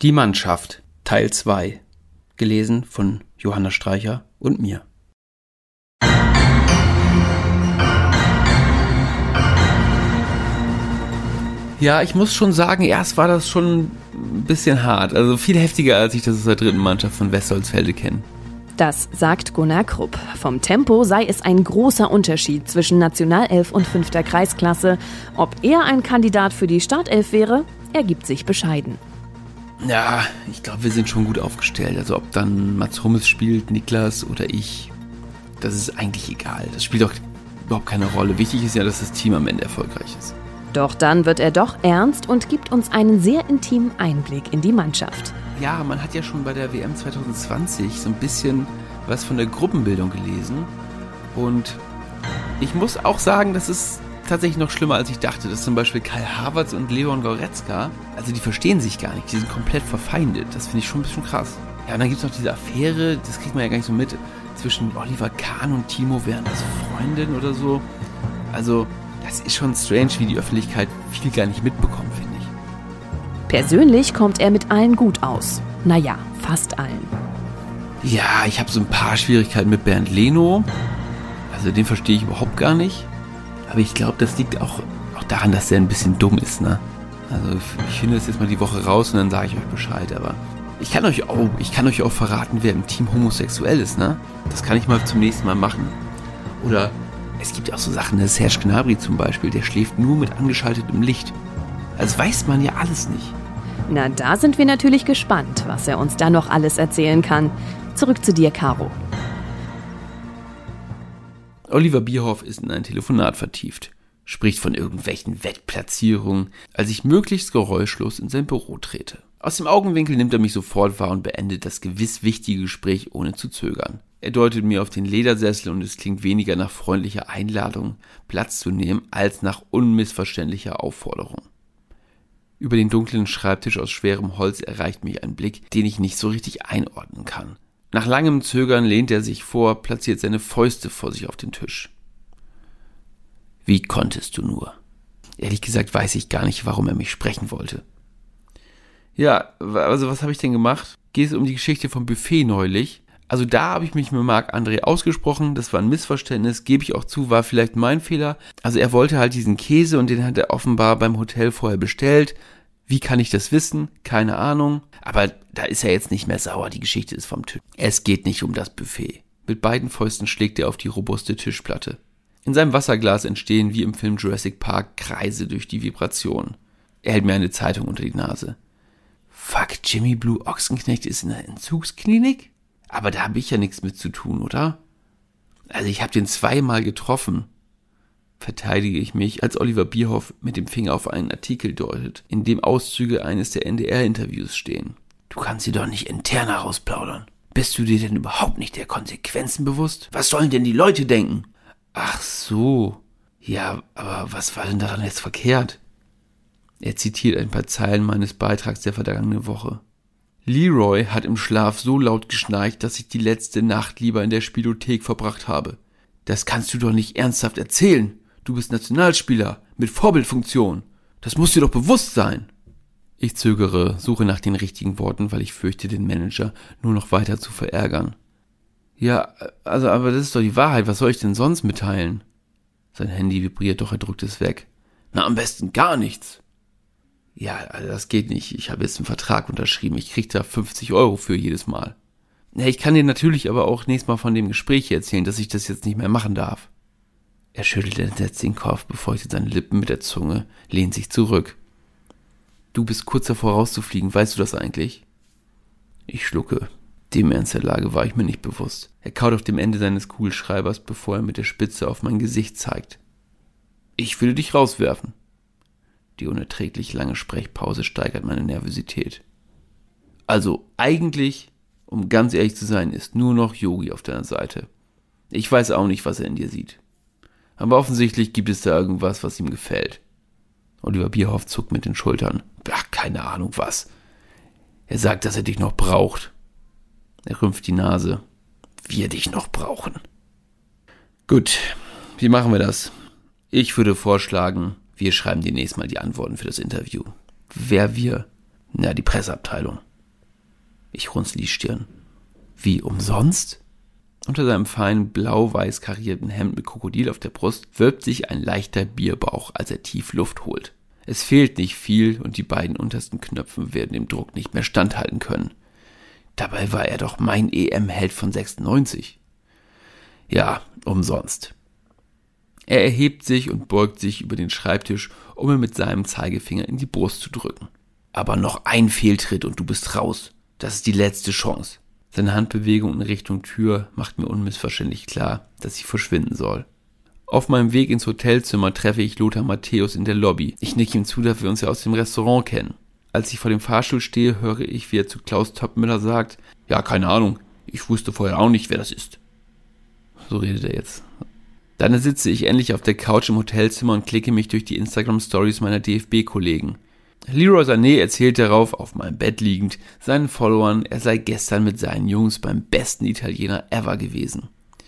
Die Mannschaft, Teil 2. Gelesen von Johanna Streicher und mir. Ja, ich muss schon sagen, erst war das schon ein bisschen hart. Also viel heftiger, als ich das aus der dritten Mannschaft von Westholzfelde kenne. Das sagt Gunnar Krupp. Vom Tempo sei es ein großer Unterschied zwischen Nationalelf und 5. Kreisklasse. Ob er ein Kandidat für die Startelf wäre, ergibt sich bescheiden. Ja, ich glaube, wir sind schon gut aufgestellt. Also ob dann Mats Hummels spielt, Niklas oder ich, das ist eigentlich egal. Das spielt doch überhaupt keine Rolle. Wichtig ist ja, dass das Team am Ende erfolgreich ist. Doch dann wird er doch ernst und gibt uns einen sehr intimen Einblick in die Mannschaft. Ja, man hat ja schon bei der WM 2020 so ein bisschen was von der Gruppenbildung gelesen. Und ich muss auch sagen, das ist tatsächlich noch schlimmer, als ich dachte. Dass zum Beispiel Kai Havertz und Leon Goretzka, also die verstehen sich gar nicht, die sind komplett verfeindet. Das finde ich schon ein bisschen krass. Ja, und dann gibt es noch diese Affäre, das kriegt man ja gar nicht so mit, zwischen Oliver Kahn und Timo Werners Freundin oder so. Also, das ist schon strange, wie die Öffentlichkeit viel gar nicht mitbekommt, finde ich. Persönlich kommt er mit allen gut aus. Naja, fast allen. Ja, ich habe so ein paar Schwierigkeiten mit Bernd Leno. Also den verstehe ich überhaupt gar nicht. Aber ich glaube, das liegt auch daran, dass er ein bisschen dumm ist, ne? Also ich finde das jetzt mal die Woche raus und dann sage ich euch Bescheid. Aber ich kann euch auch verraten, wer im Team homosexuell ist, ne? Das kann ich mal zum nächsten Mal machen. Oder es gibt auch so Sachen, der Serge Gnabry zum Beispiel, der schläft nur mit angeschaltetem Licht. Das weiß man ja alles nicht. Na, da sind wir natürlich gespannt, was er uns da noch alles erzählen kann. Zurück zu dir, Caro. Oliver Bierhoff ist in ein Telefonat vertieft, spricht von irgendwelchen Wettplatzierungen, als ich möglichst geräuschlos in sein Büro trete. Aus dem Augenwinkel nimmt er mich sofort wahr und beendet das gewiss wichtige Gespräch ohne zu zögern. Er deutet mir auf den Ledersessel und es klingt weniger nach freundlicher Einladung, Platz zu nehmen, als nach unmissverständlicher Aufforderung. Über den dunklen Schreibtisch aus schwerem Holz erreicht mich ein Blick, den ich nicht so richtig einordnen kann. Nach langem Zögern lehnt er sich vor, platziert seine Fäuste vor sich auf den Tisch. Wie konntest du nur? Ehrlich gesagt weiß ich gar nicht, warum er mich sprechen wollte. Ja, also was habe ich denn gemacht? Geht es um die Geschichte vom Buffet neulich? Also da habe ich mich mit Marc-André ausgesprochen, das war ein Missverständnis, gebe ich auch zu, war vielleicht mein Fehler. Also er wollte halt diesen Käse und den hat er offenbar beim Hotel vorher bestellt. Wie kann ich das wissen? Keine Ahnung. Aber da ist er jetzt nicht mehr sauer, die Geschichte ist vom Tisch. Es geht nicht um das Buffet. Mit beiden Fäusten schlägt er auf die robuste Tischplatte. In seinem Wasserglas entstehen wie im Film Jurassic Park Kreise durch die Vibration. Er hält mir eine Zeitung unter die Nase. Fuck, Jimmy Blue Ochsenknecht ist in der Entzugsklinik? Aber da habe ich ja nichts mit zu tun, oder? Also ich habe den 2-mal getroffen. Verteidige ich mich, als Oliver Bierhoff mit dem Finger auf einen Artikel deutet, in dem Auszüge eines der NDR-Interviews stehen. Du kannst sie doch nicht intern herausplaudern. Bist du dir denn überhaupt nicht der Konsequenzen bewusst? Was sollen denn die Leute denken? Ach so. Ja, aber was war denn daran jetzt verkehrt? Er zitiert ein paar Zeilen meines Beitrags der vergangenen Woche. Leroy hat im Schlaf so laut geschnarcht, dass ich die letzte Nacht lieber in der Spielothek verbracht habe. Das kannst du doch nicht ernsthaft erzählen. Du bist Nationalspieler mit Vorbildfunktion. Das muss dir doch bewusst sein. Ich zögere, suche nach den richtigen Worten, weil ich fürchte, den Manager nur noch weiter zu verärgern. Ja, also, aber das ist doch die Wahrheit. Was soll ich denn sonst mitteilen? Sein Handy vibriert, doch er drückt es weg. Na, am besten gar nichts. Ja, also das geht nicht. Ich habe jetzt einen Vertrag unterschrieben. Ich kriege da 50 € für jedes Mal. Ja, ich kann dir natürlich aber auch nächstes Mal von dem Gespräch erzählen, dass ich das jetzt nicht mehr machen darf. Er schüttelt entsetzt den Kopf, befeuchtet seine Lippen mit der Zunge, lehnt sich zurück. Du bist kurz davor rauszufliegen, weißt du das eigentlich? Ich schlucke. Dem Ernst der Lage war ich mir nicht bewusst. Er kaut auf dem Ende seines Kugelschreibers, bevor er mit der Spitze auf mein Gesicht zeigt. Ich würde dich rauswerfen. Die unerträglich lange Sprechpause steigert meine Nervosität. Also eigentlich, um ganz ehrlich zu sein, ist nur noch Yogi auf deiner Seite. Ich weiß auch nicht, was er in dir sieht. Aber offensichtlich gibt es da irgendwas, was ihm gefällt. Oliver Bierhoff zuckt mit den Schultern. Ach, keine Ahnung was. Er sagt, dass er dich noch braucht. Er rümpft die Nase. Wir dich noch brauchen. Gut, wie machen wir das? Ich würde vorschlagen, wir schreiben demnächst mal die Antworten für das Interview. Wer wir? Na, die Presseabteilung. Ich runzel die Stirn. Wie, umsonst? Unter seinem feinen, blau-weiß karierten Hemd mit Krokodil auf der Brust wölbt sich ein leichter Bierbauch, als er tief Luft holt. Es fehlt nicht viel und die beiden untersten Knöpfe werden dem Druck nicht mehr standhalten können. Dabei war er doch mein EM-Held von 96. Ja, umsonst. Er erhebt sich und beugt sich über den Schreibtisch, um mir mit seinem Zeigefinger in die Brust zu drücken. Aber noch ein Fehltritt und du bist raus. Das ist die letzte Chance. Seine Handbewegung in Richtung Tür macht mir unmissverständlich klar, dass ich verschwinden soll. Auf meinem Weg ins Hotelzimmer treffe ich Lothar Matthäus in der Lobby. Ich nicke ihm zu, dass wir uns ja aus dem Restaurant kennen. Als ich vor dem Fahrstuhl stehe, höre ich, wie er zu Klaus Toppmöller sagt, ja, keine Ahnung, ich wusste vorher auch nicht, wer das ist. So redet er jetzt. Dann sitze ich endlich auf der Couch im Hotelzimmer und klicke mich durch die Instagram-Stories meiner DFB-Kollegen. Leroy Sané erzählt darauf, auf meinem Bett liegend, seinen Followern, er sei gestern mit seinen Jungs beim besten Italiener ever gewesen.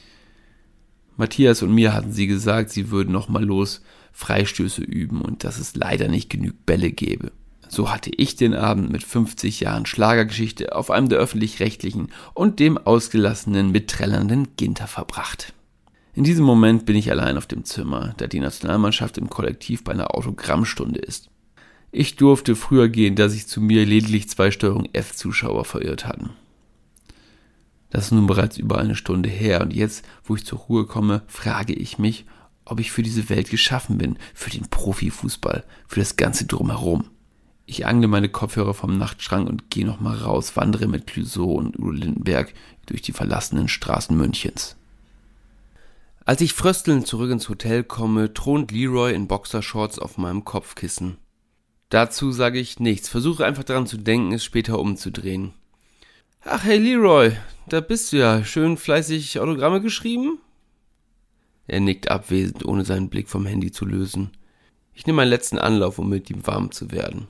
Matthias und mir hatten sie gesagt, sie würden nochmal los Freistöße üben und dass es leider nicht genug Bälle gäbe. So hatte ich den Abend mit 50 Jahren Schlagergeschichte auf einem der öffentlich-rechtlichen und dem ausgelassenen, mitträllenden Ginter verbracht. In diesem Moment bin ich allein auf dem Zimmer, da die Nationalmannschaft im Kollektiv bei einer Autogrammstunde ist. Ich durfte früher gehen, da sich zu mir lediglich 2 Steuerung F-Zuschauer verirrt hatten. Das ist nun bereits über eine Stunde her und jetzt, wo ich zur Ruhe komme, frage ich mich, ob ich für diese Welt geschaffen bin, für den Profifußball, für das Ganze drumherum. Ich angle meine Kopfhörer vom Nachtschrank und gehe nochmal raus, wandere mit Clouseau und Udo Lindenberg durch die verlassenen Straßen Münchens. Als ich fröstelnd zurück ins Hotel komme, thront Leroy in Boxershorts auf meinem Kopfkissen. Dazu sage ich nichts, versuche einfach daran zu denken, es später umzudrehen. Ach hey Leroy, da bist du ja, schön fleißig Autogramme geschrieben? Er nickt abwesend, ohne seinen Blick vom Handy zu lösen. Ich nehme meinen letzten Anlauf, um mit ihm warm zu werden.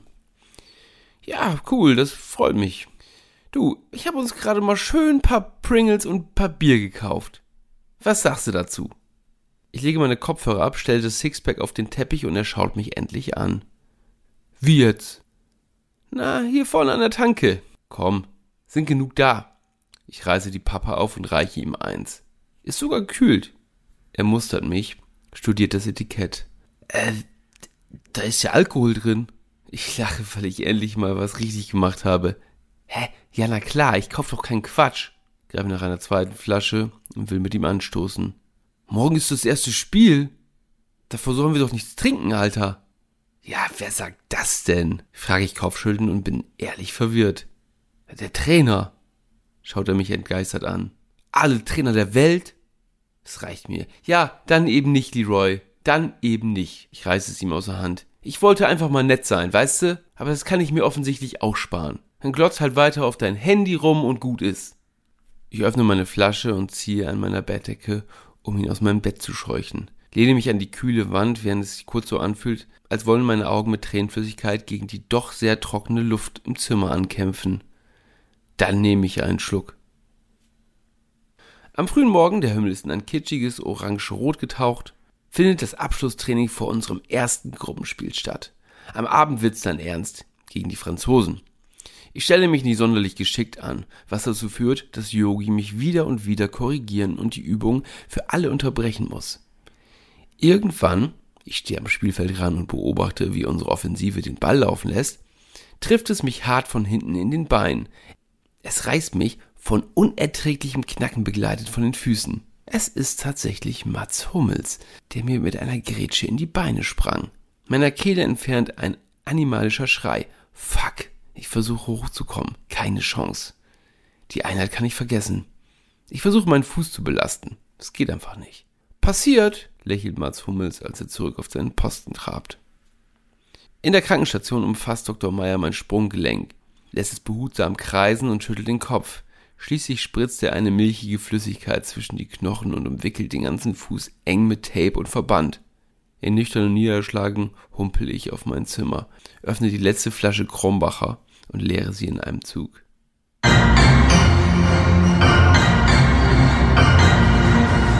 Ja, cool, das freut mich. Du, ich habe uns gerade mal schön ein paar Pringles und ein paar Bier gekauft. Was sagst du dazu? Ich lege meine Kopfhörer ab, stelle das Sixpack auf den Teppich und er schaut mich endlich an. Wie jetzt? Na, hier vorne an der Tanke. Komm, sind genug da. Ich reiße die Pappe auf und reiche ihm eins. Ist sogar gekühlt. Er mustert mich, studiert das Etikett. Da ist ja Alkohol drin. Ich lache, weil ich endlich mal was richtig gemacht habe. Hä? Ja, na klar, ich kauf doch keinen Quatsch. Greife nach einer zweiten Flasche und will mit ihm anstoßen. Morgen ist das erste Spiel. Davor sollen wir doch nichts trinken, Alter. Ja, wer sagt das denn? Frage ich kopfschüttelnd und bin ehrlich verwirrt. Der Trainer, schaut er mich entgeistert an. Alle Trainer der Welt? Das reicht mir. Ja, dann eben nicht, Leroy. Dann eben nicht. Ich reiße es ihm aus der Hand. Ich wollte einfach mal nett sein, weißt du? Aber das kann ich mir offensichtlich auch sparen. Dann glotz halt weiter auf dein Handy rum und gut ist. Ich öffne meine Flasche und ziehe an meiner Bettdecke, um ihn aus meinem Bett zu scheuchen. Lehne mich an die kühle Wand, während es sich kurz so anfühlt, als wollen meine Augen mit Tränenflüssigkeit gegen die doch sehr trockene Luft im Zimmer ankämpfen. Dann nehme ich einen Schluck. Am frühen Morgen, der Himmel ist in ein kitschiges Orange-Rot getaucht, findet das Abschlusstraining vor unserem ersten Gruppenspiel statt. Am Abend wird's dann ernst, gegen die Franzosen. Ich stelle mich nicht sonderlich geschickt an, was dazu führt, dass Yogi mich wieder und wieder korrigieren und die Übung für alle unterbrechen muss. Irgendwann, ich stehe am Spielfeldrand und beobachte, wie unsere Offensive den Ball laufen lässt, trifft es mich hart von hinten in den Beinen. Es reißt mich von unerträglichem Knacken begleitet von den Füßen. Es ist tatsächlich Mats Hummels, der mir mit einer Grätsche in die Beine sprang. Meiner Kehle entfernt ein animalischer Schrei. Fuck, ich versuche hochzukommen. Keine Chance. Die Einheit kann ich vergessen. Ich versuche meinen Fuß zu belasten. Es geht einfach nicht. Passiert, lächelt Mats Hummels, als er zurück auf seinen Posten trabt. In der Krankenstation umfasst Dr. Meier mein Sprunggelenk, lässt es behutsam kreisen und schüttelt den Kopf. Schließlich spritzt er eine milchige Flüssigkeit zwischen die Knochen und umwickelt den ganzen Fuß eng mit Tape und Verband. In nüchternen Niederschlagen humpel ich auf mein Zimmer, öffne die letzte Flasche Krombacher und leere sie in einem Zug.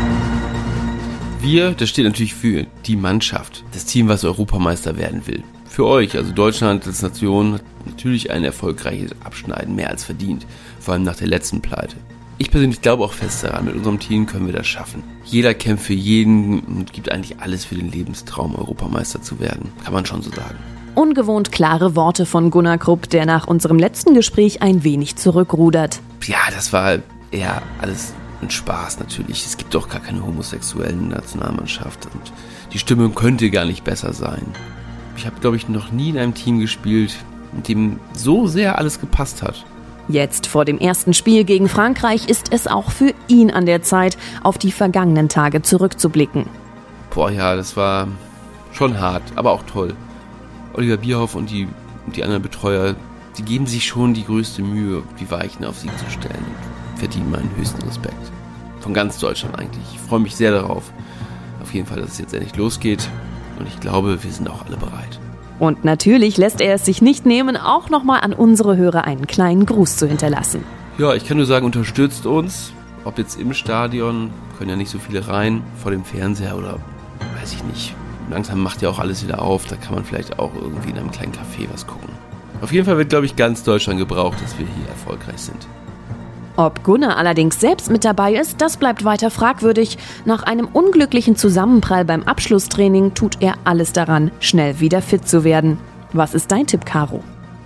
Wir, das steht natürlich für die Mannschaft, das Team, was Europameister werden will. für euch. Also Deutschland als Nation hat natürlich ein erfolgreiches Abschneiden mehr als verdient, vor allem nach der letzten Pleite. Ich persönlich glaube auch fest daran, mit unserem Team können wir das schaffen. Jeder kämpft für jeden und gibt eigentlich alles für den Lebenstraum, Europameister zu werden. Kann man schon so sagen. Ungewohnt klare Worte von Gunnar Krupp, der nach unserem letzten Gespräch ein wenig zurückrudert. Ja, das war eher alles ein Spaß natürlich. Es gibt doch gar keine Homosexuellen in der Nationalmannschaft und die Stimmung könnte gar nicht besser sein. Ich habe, glaube ich, noch nie in einem Team gespielt, mit dem so sehr alles gepasst hat. Jetzt vor dem ersten Spiel gegen Frankreich ist es auch für ihn an der Zeit, auf die vergangenen Tage zurückzublicken. Boah, ja, das war schon hart, aber auch toll. Oliver Bierhoff und die anderen Betreuer, die geben sich schon die größte Mühe, die Weichen auf Sieg zu stellen. Verdienen meinen höchsten Respekt. Von ganz Deutschland eigentlich. Ich freue mich sehr darauf. Auf jeden Fall, dass es jetzt endlich losgeht. Und ich glaube, wir sind auch alle bereit. Und natürlich lässt er es sich nicht nehmen, auch nochmal an unsere Hörer einen kleinen Gruß zu hinterlassen. Ja, ich kann nur sagen, unterstützt uns. Ob jetzt im Stadion, können ja nicht so viele rein, vor dem Fernseher oder weiß ich nicht. Langsam macht ja auch alles wieder auf. Da kann man vielleicht auch irgendwie in einem kleinen Café was gucken. Auf jeden Fall wird, glaube ich, ganz Deutschland gebraucht, dass wir hier erfolgreich sind. Ob Gunnar allerdings selbst mit dabei ist, das bleibt weiter fragwürdig. Nach einem unglücklichen Zusammenprall beim Abschlusstraining tut er alles daran, schnell wieder fit zu werden. Was ist dein Tipp, Caro?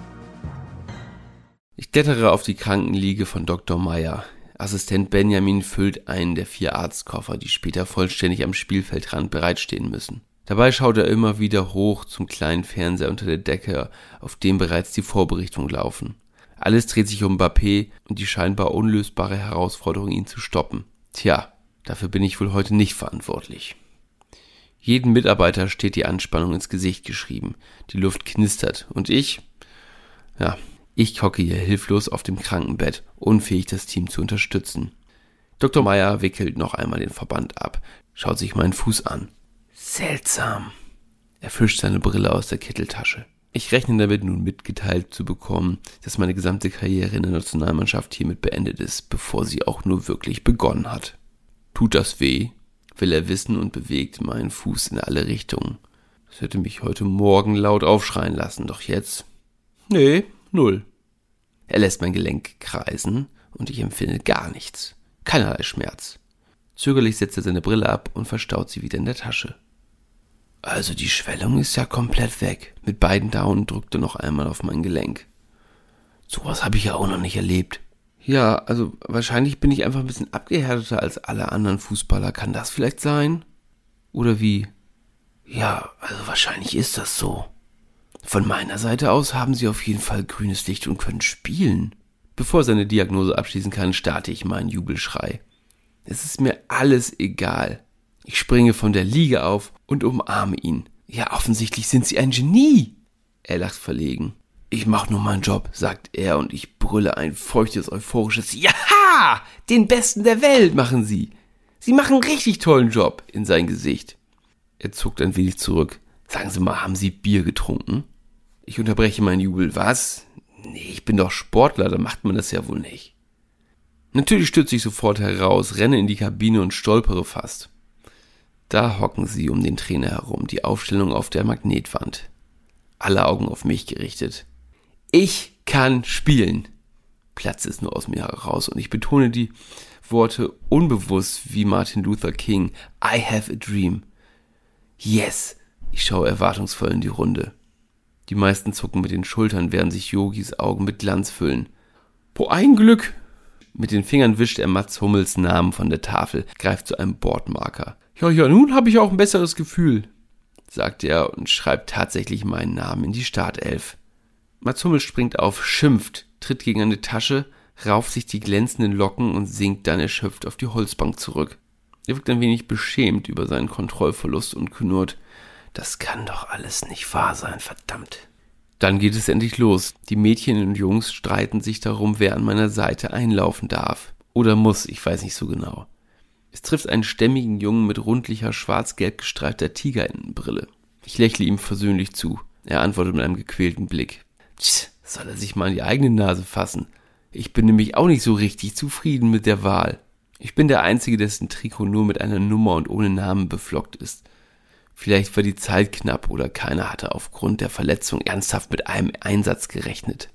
Ich klettere auf die Krankenliege von Dr. Meyer. Assistent Benjamin füllt einen der 4 Arztkoffer, die später vollständig am Spielfeldrand bereitstehen müssen. Dabei schaut er immer wieder hoch zum kleinen Fernseher unter der Decke, auf dem bereits die Vorberichtungen laufen. Alles dreht sich um Mbappé und die scheinbar unlösbare Herausforderung, ihn zu stoppen. Tja, dafür bin ich wohl heute nicht verantwortlich. Jedem Mitarbeiter steht die Anspannung ins Gesicht geschrieben. Die Luft knistert und ich hocke hier hilflos auf dem Krankenbett, unfähig, das Team zu unterstützen. Dr. Meyer wickelt noch einmal den Verband ab, schaut sich meinen Fuß an. Seltsam. Er fischt seine Brille aus der Kitteltasche. Ich rechne damit, nun mitgeteilt zu bekommen, dass meine gesamte Karriere in der Nationalmannschaft hiermit beendet ist, bevor sie auch nur wirklich begonnen hat. Tut das weh? Will er wissen und bewegt meinen Fuß in alle Richtungen. Das hätte mich heute Morgen laut aufschreien lassen, doch jetzt? Nee, 0. Er lässt mein Gelenk kreisen und ich empfinde gar nichts. Keinerlei Schmerz. Zögerlich setzt er seine Brille ab und verstaut sie wieder in der Tasche. Also die Schwellung ist ja komplett weg. Mit beiden Daumen drückt er noch einmal auf mein Gelenk. Sowas habe ich ja auch noch nicht erlebt. Ja, also wahrscheinlich bin ich einfach ein bisschen abgehärteter als alle anderen Fußballer. Kann das vielleicht sein? Oder wie? Ja, also wahrscheinlich ist das so. Von meiner Seite aus haben sie auf jeden Fall grünes Licht und können spielen. Bevor er seine Diagnose abschließen kann, starte ich meinen Jubelschrei. Es ist mir alles egal. Ich springe von der Liege auf und umarme ihn. Ja, offensichtlich sind sie ein Genie. Er lacht verlegen. Ich mache nur meinen Job, sagt er und ich brülle ein feuchtes, euphorisches Ja, den Besten der Welt machen sie. Sie machen einen richtig tollen Job in sein Gesicht. Er zuckt ein wenig zurück. Sagen Sie mal, haben Sie Bier getrunken? Ich unterbreche meinen Jubel. Was? Nee, ich bin doch Sportler, da macht man das ja wohl nicht. Natürlich stürze ich sofort heraus, renne in die Kabine und stolpere fast. Da hocken sie um den Trainer herum, die Aufstellung auf der Magnetwand. Alle Augen auf mich gerichtet. Ich kann spielen, platzt es nur aus mir heraus und ich betone die Worte unbewusst wie Martin Luther King. I have a dream. Yes, ich schaue erwartungsvoll in die Runde. Die meisten zucken mit den Schultern, während sich Yogis Augen mit Glanz füllen. Boah, ein Glück! Mit den Fingern wischt er Mats Hummels Namen von der Tafel, greift zu einem Bordmarker. Ja, nun habe ich auch ein besseres Gefühl, sagt er und schreibt tatsächlich meinen Namen in die Startelf. Mats Hummels springt auf, schimpft, tritt gegen eine Tasche, rauft sich die glänzenden Locken und sinkt dann erschöpft auf die Holzbank zurück. Er wirkt ein wenig beschämt über seinen Kontrollverlust und knurrt, das kann doch alles nicht wahr sein, verdammt. Dann geht es endlich los. Die Mädchen und Jungs streiten sich darum, wer an meiner Seite einlaufen darf. Oder muss, ich weiß nicht so genau. Es trifft einen stämmigen Jungen mit rundlicher, schwarz-gelb gestreifter Tigerinnenbrille. Ich lächle ihm versöhnlich zu. Er antwortet mit einem gequälten Blick. Soll er sich mal an die eigene Nase fassen? Ich bin nämlich auch nicht so richtig zufrieden mit der Wahl. Ich bin der Einzige, dessen Trikot nur mit einer Nummer und ohne Namen beflockt ist. Vielleicht war die Zeit knapp oder keiner hatte aufgrund der Verletzung ernsthaft mit einem Einsatz gerechnet.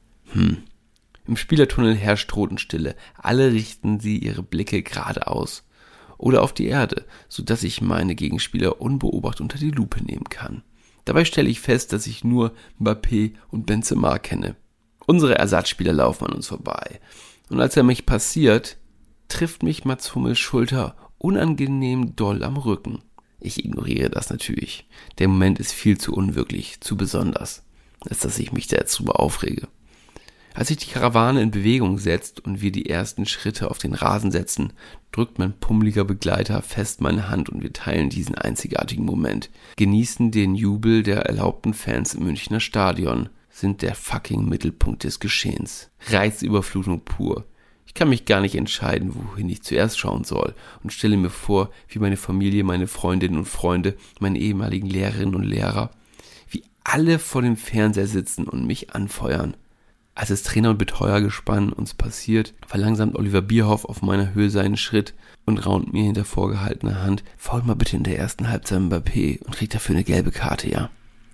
Im Spielertunnel herrscht Totenstille. Alle richten sie ihre Blicke geradeaus oder auf die Erde, sodass ich meine Gegenspieler unbeobachtet unter die Lupe nehmen kann. Dabei stelle ich fest, dass ich nur Mbappé und Benzema kenne. Unsere Ersatzspieler laufen an uns vorbei. Und als er mich passiert, trifft mich Mats Hummels Schulter unangenehm doll am Rücken. Ich ignoriere das natürlich. Der Moment ist viel zu unwirklich, zu besonders, als dass ich mich da jetzt drüber aufrege. Als sich die Karawane in Bewegung setzt und wir die ersten Schritte auf den Rasen setzen, drückt mein pummeliger Begleiter fest meine Hand und wir teilen diesen einzigartigen Moment. Genießen den Jubel der erlaubten Fans im Münchner Stadion, sind der fucking Mittelpunkt des Geschehens. Reizüberflutung pur. Ich kann mich gar nicht entscheiden, wohin ich zuerst schauen soll und stelle mir vor, wie meine Familie, meine Freundinnen und Freunde, meine ehemaligen Lehrerinnen und Lehrer, wie alle vor dem Fernseher sitzen und mich anfeuern. Als das Trainer- und Betreuergespann uns passiert, verlangsamt Oliver Bierhoff auf meiner Höhe seinen Schritt und raunt mir hinter vorgehaltener Hand: Faul mal bitte in der ersten Halbzeit Mbappé und kriegt dafür eine gelbe Karte, ja?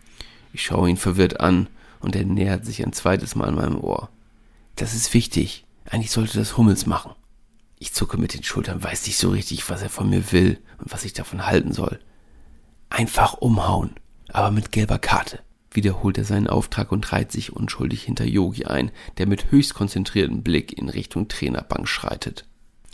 Ich schaue ihn verwirrt an und er nähert sich ein zweites Mal an meinem Ohr. Das ist wichtig. Eigentlich sollte das Hummels machen. Ich zucke mit den Schultern, weiß nicht so richtig, was er von mir will und was ich davon halten soll. Einfach umhauen, aber mit gelber Karte. Wiederholt er seinen Auftrag und reiht sich unschuldig hinter Yogi ein, der mit höchst konzentriertem Blick in Richtung Trainerbank schreitet.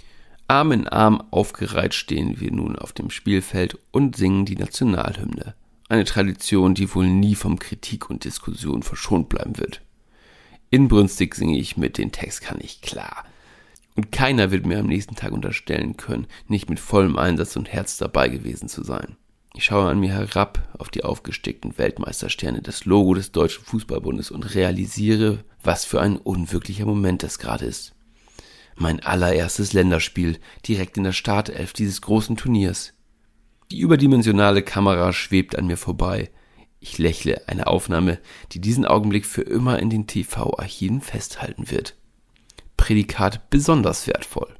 Arm in Arm aufgereiht stehen wir nun auf dem Spielfeld und singen die Nationalhymne. Eine Tradition, die wohl nie von Kritik und Diskussion verschont bleiben wird. Inbrünstig singe ich mit, den Text kann ich klar. Und keiner wird mir am nächsten Tag unterstellen können, nicht mit vollem Einsatz und Herz dabei gewesen zu sein. Ich schaue an mir herab auf die aufgestickten Weltmeistersterne, das Logo des Deutschen Fußballbundes und realisiere, was für ein unwirklicher Moment das gerade ist. Mein allererstes Länderspiel, direkt in der Startelf dieses großen Turniers. Die überdimensionale Kamera schwebt an mir vorbei. Ich lächle, eine Aufnahme, die diesen Augenblick für immer in den TV-Archiven festhalten wird. Prädikat besonders wertvoll.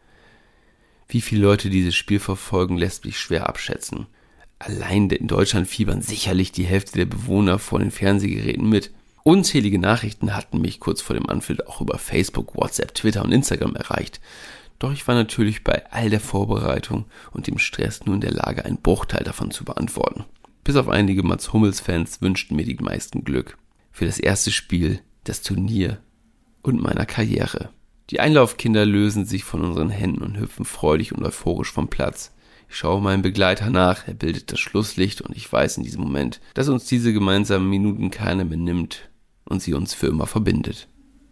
Wie viele Leute dieses Spiel verfolgen, lässt mich schwer abschätzen. Allein in Deutschland fiebern sicherlich die Hälfte der Bewohner vor den Fernsehgeräten mit. Unzählige Nachrichten hatten mich kurz vor dem Anpfiff auch über Facebook, WhatsApp, Twitter und Instagram erreicht. Doch ich war natürlich bei all der Vorbereitung und dem Stress nur in der Lage, einen Bruchteil davon zu beantworten. Bis auf einige Mats Hummels-Fans wünschten mir die meisten Glück. Für das erste Spiel, das Turnier und meiner Karriere. Die Einlaufkinder lösen sich von unseren Händen und hüpfen freudig und euphorisch vom Platz. Ich schaue meinem Begleiter nach, er bildet das Schlusslicht und ich weiß in diesem Moment, dass uns diese gemeinsamen Minuten keiner mehr nimmt und sie uns für immer verbindet.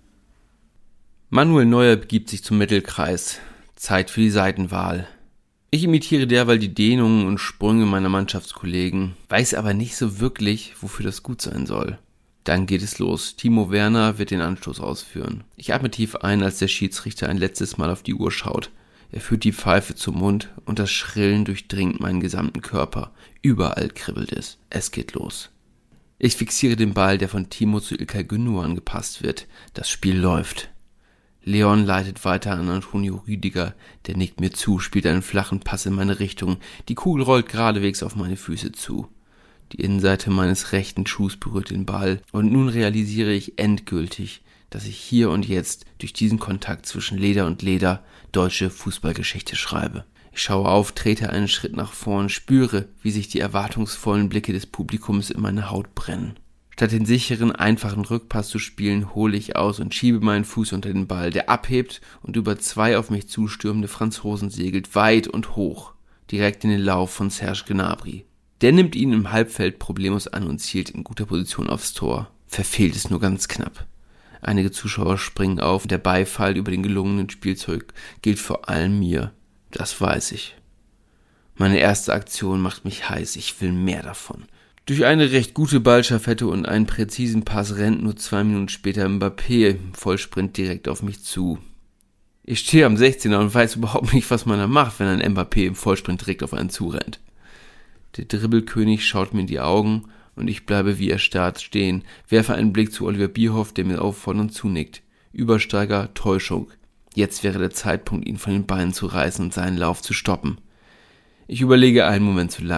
Manuel Neuer begibt sich zum Mittelkreis. Zeit für die Seitenwahl. Ich imitiere derweil die Dehnungen und Sprünge meiner Mannschaftskollegen, weiß aber nicht so wirklich, wofür das gut sein soll. Dann geht es los. Timo Werner wird den Anstoß ausführen. Ich atme tief ein, als der Schiedsrichter ein letztes Mal auf die Uhr schaut. Er führt die Pfeife zum Mund und das Schrillen durchdringt meinen gesamten Körper. Überall kribbelt es. Es geht los. Ich fixiere den Ball, der von Timo zu İlkay Gündoğan angepasst wird. Das Spiel läuft. Leon leitet weiter an Antonio Rüdiger. Der nickt mir zu, spielt einen flachen Pass in meine Richtung. Die Kugel rollt geradewegs auf meine Füße zu. Die Innenseite meines rechten Schuhs berührt den Ball. Und nun realisiere ich endgültig, dass ich hier und jetzt durch diesen Kontakt zwischen Leder und Leder deutsche Fußballgeschichte schreibe. Ich schaue auf, trete einen Schritt nach vorn, spüre, wie sich die erwartungsvollen Blicke des Publikums in meine Haut brennen. Statt den sicheren, einfachen Rückpass zu spielen, hole ich aus und schiebe meinen Fuß unter den Ball, der abhebt und über zwei auf mich zustürmende Franzosen segelt, weit und hoch, direkt in den Lauf von Serge Gnabry. Der nimmt ihn im Halbfeld problemlos an und zielt in guter Position aufs Tor. Verfehlt es nur ganz knapp. Einige Zuschauer springen auf, der Beifall über den gelungenen Spielzeug gilt vor allem mir. Das weiß ich. Meine erste Aktion macht mich heiß, ich will mehr davon. Durch eine recht gute Ballstaffette und einen präzisen Pass rennt nur 2 Minuten später Mbappé im Vollsprint direkt auf mich zu. Ich stehe am 16er und weiß überhaupt nicht, was man da macht, wenn ein Mbappé im Vollsprint direkt auf einen zurennt. Der Dribbelkönig schaut mir in die Augen und ich bleibe wie erstarrt stehen, werfe einen Blick zu Oliver Bierhoff, der mir auffordernd zunickt. Übersteiger, Täuschung. Jetzt wäre der Zeitpunkt, ihn von den Beinen zu reißen und seinen Lauf zu stoppen. Ich überlege einen Moment zu lang.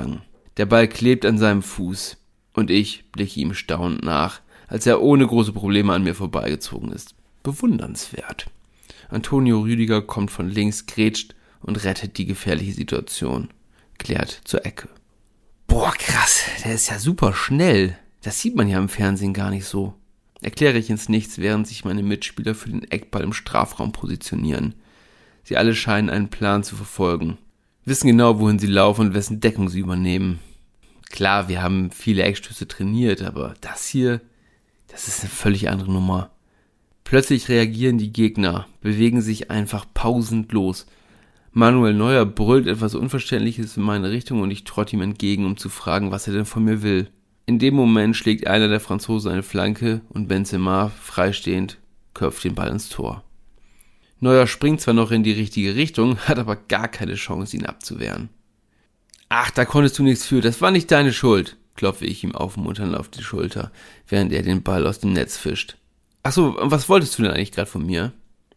Der Ball klebt an seinem Fuß und ich blicke ihm staunend nach, als er ohne große Probleme an mir vorbeigezogen ist. Bewundernswert. Antonio Rüdiger kommt von links, grätscht und rettet die gefährliche Situation. Klärt zur Ecke. Boah, krass, der ist ja super schnell. Das sieht man ja im Fernsehen gar nicht so. Erkläre ich ins Nichts, während sich meine Mitspieler für den Eckball im Strafraum positionieren. Sie alle scheinen einen Plan zu verfolgen. Wissen genau, wohin sie laufen und wessen Deckung sie übernehmen. Klar, wir haben viele Eckstöße trainiert, aber das hier, das ist eine völlig andere Nummer. Plötzlich reagieren die Gegner, bewegen sich einfach pausenlos. Manuel Neuer brüllt etwas Unverständliches in meine Richtung und ich trotte ihm entgegen, um zu fragen, was er denn von mir will. In dem Moment schlägt einer der Franzosen eine Flanke und Benzema, freistehend, köpft den Ball ins Tor. Neuer springt zwar noch in die richtige Richtung, hat aber gar keine Chance, ihn abzuwehren. Ach, da konntest du nichts für, das war nicht deine Schuld, klopfe ich ihm aufmunternd auf die Schulter, während er den Ball aus dem Netz fischt. Ach so, was wolltest du denn eigentlich gerade von mir?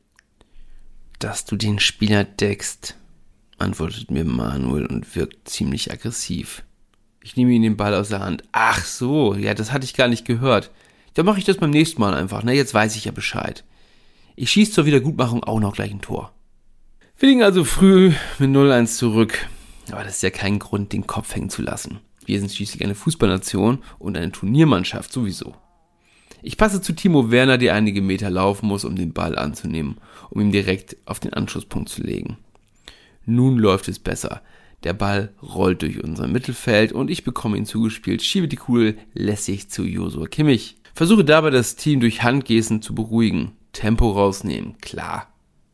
Dass du den Spieler deckst, antwortet mir Manuel und wirkt ziemlich aggressiv. Ich nehme ihm den Ball aus der Hand. Ach so, ja, das hatte ich gar nicht gehört. Dann mache ich das beim nächsten Mal einfach, ne? Jetzt weiß ich ja Bescheid. Ich schieße zur Wiedergutmachung auch noch gleich ein Tor. Wir liegen also früh mit 0-1 zurück. Aber das ist ja kein Grund, den Kopf hängen zu lassen. Wir sind schließlich eine Fußballnation und eine Turniermannschaft sowieso. Ich passe zu Timo Werner, der einige Meter laufen muss, um den Ball anzunehmen, um ihn direkt auf den Anschlusspunkt zu legen. Nun läuft es besser. Der Ball rollt durch unser Mittelfeld und ich bekomme ihn zugespielt, schiebe die Kugel lässig zu Joshua Kimmich. Versuche dabei das Team durch Handgesten zu beruhigen. Tempo rausnehmen, klar.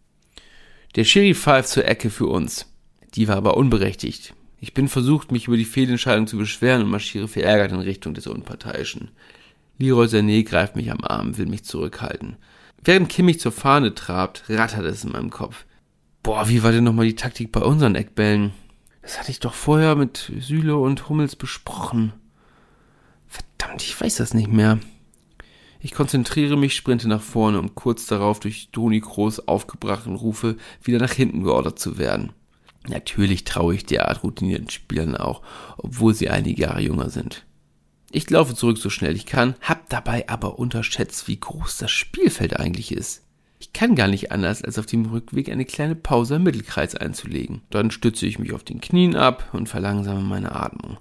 Der Schiri pfeift zur Ecke für uns. Die war aber unberechtigt. Ich bin versucht, mich über die Fehlentscheidung zu beschweren und marschiere verärgert in Richtung des Unparteiischen. Leroy Sané greift mich am Arm, will mich zurückhalten. Während Kimmich zur Fahne trabt, rattert es in meinem Kopf. Boah, wie war denn nochmal die Taktik bei unseren Eckbällen? Das hatte ich doch vorher mit Süle und Hummels besprochen. Verdammt, ich weiß das nicht mehr. Ich konzentriere mich, sprinte nach vorne, um kurz darauf durch Toni Kroos aufgebrachten Rufe wieder nach hinten geordert zu werden. Natürlich traue ich derart routinierten Spielern auch, obwohl sie einige Jahre jünger sind. Ich laufe zurück so schnell ich kann, hab dabei aber unterschätzt, wie groß das Spielfeld eigentlich ist. Ich kann gar nicht anders, als auf dem Rückweg eine kleine Pause im Mittelkreis einzulegen. Dann stütze ich mich auf den Knien ab und verlangsame meine Atmung.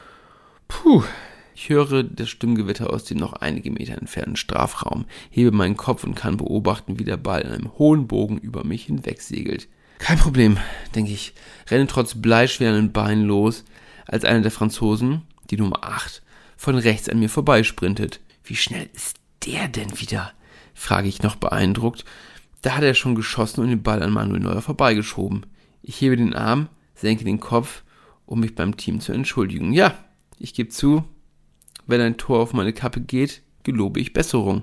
Puh. Ich höre das Stimmgewitter aus dem noch einige Meter entfernten Strafraum, hebe meinen Kopf und kann beobachten, wie der Ball in einem hohen Bogen über mich hinweg segelt. Kein Problem, denke ich, renne trotz bleischweren Beinen los, als einer der Franzosen, die Nummer 8, von rechts an mir vorbeisprintet. Wie schnell ist der denn wieder? Frage ich noch beeindruckt. Da hat er schon geschossen und den Ball an Manuel Neuer vorbeigeschoben. Ich hebe den Arm, senke den Kopf, um mich beim Team zu entschuldigen. Ja, ich gebe zu, wenn ein Tor auf meine Kappe geht, gelobe ich Besserung.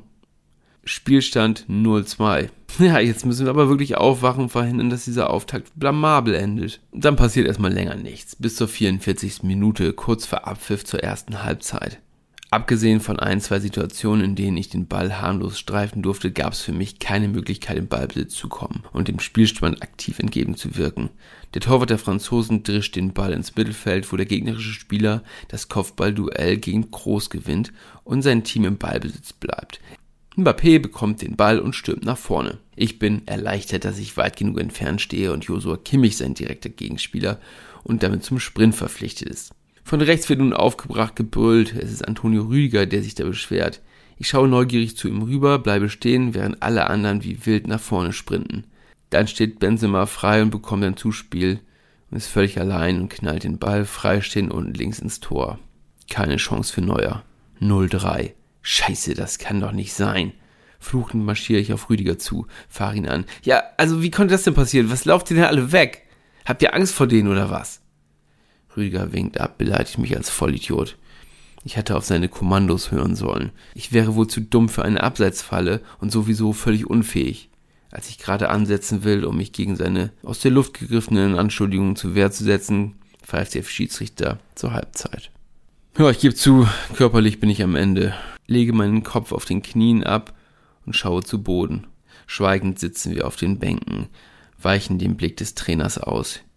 Spielstand 0-2. Ja, jetzt müssen wir aber wirklich aufwachen und verhindern, dass dieser Auftakt blamabel endet. Dann passiert erstmal länger nichts, bis zur 44. Minute, kurz vor Abpfiff zur ersten Halbzeit. Abgesehen von ein, zwei Situationen, in denen ich den Ball harmlos streifen durfte, gab es für mich keine Möglichkeit, im Ballbesitz zu kommen und dem Spielstand aktiv entgegenzuwirken. Der Torwart der Franzosen drischt den Ball ins Mittelfeld, wo der gegnerische Spieler das Kopfballduell gegen Kroos gewinnt und sein Team im Ballbesitz bleibt. Mbappé bekommt den Ball und stürmt nach vorne. Ich bin erleichtert, dass ich weit genug entfernt stehe und Joshua Kimmich sein direkter Gegenspieler und damit zum Sprint verpflichtet ist. Von rechts wird nun aufgebracht gebrüllt, es ist Antonio Rüdiger, der sich da beschwert. Ich schaue neugierig zu ihm rüber, bleibe stehen, während alle anderen wie wild nach vorne sprinten. Dann steht Benzema frei und bekommt ein Zuspiel und ist völlig allein und knallt den Ball freistehend unten links ins Tor. Keine Chance für Neuer. 0-3. Scheiße, das kann doch nicht sein. Fluchend marschiere ich auf Rüdiger zu, fahre ihn an. Ja, also wie konnte das denn passieren? Was lauft ihr denn alle weg? Habt ihr Angst vor denen oder was? Rüdiger winkt ab, beleidigt mich als Vollidiot. Ich hätte auf seine Kommandos hören sollen. Ich wäre wohl zu dumm für eine Abseitsfalle und sowieso völlig unfähig. Als ich gerade ansetzen will, um mich gegen seine aus der Luft gegriffenen Anschuldigungen zur Wehr zu setzen, pfeift der Schiedsrichter zur Halbzeit. Ja, ich gebe zu, körperlich bin ich am Ende. Lege meinen Kopf auf den Knien ab und schaue zu Boden. Schweigend sitzen wir auf den Bänken, weichen dem Blick des Trainers aus.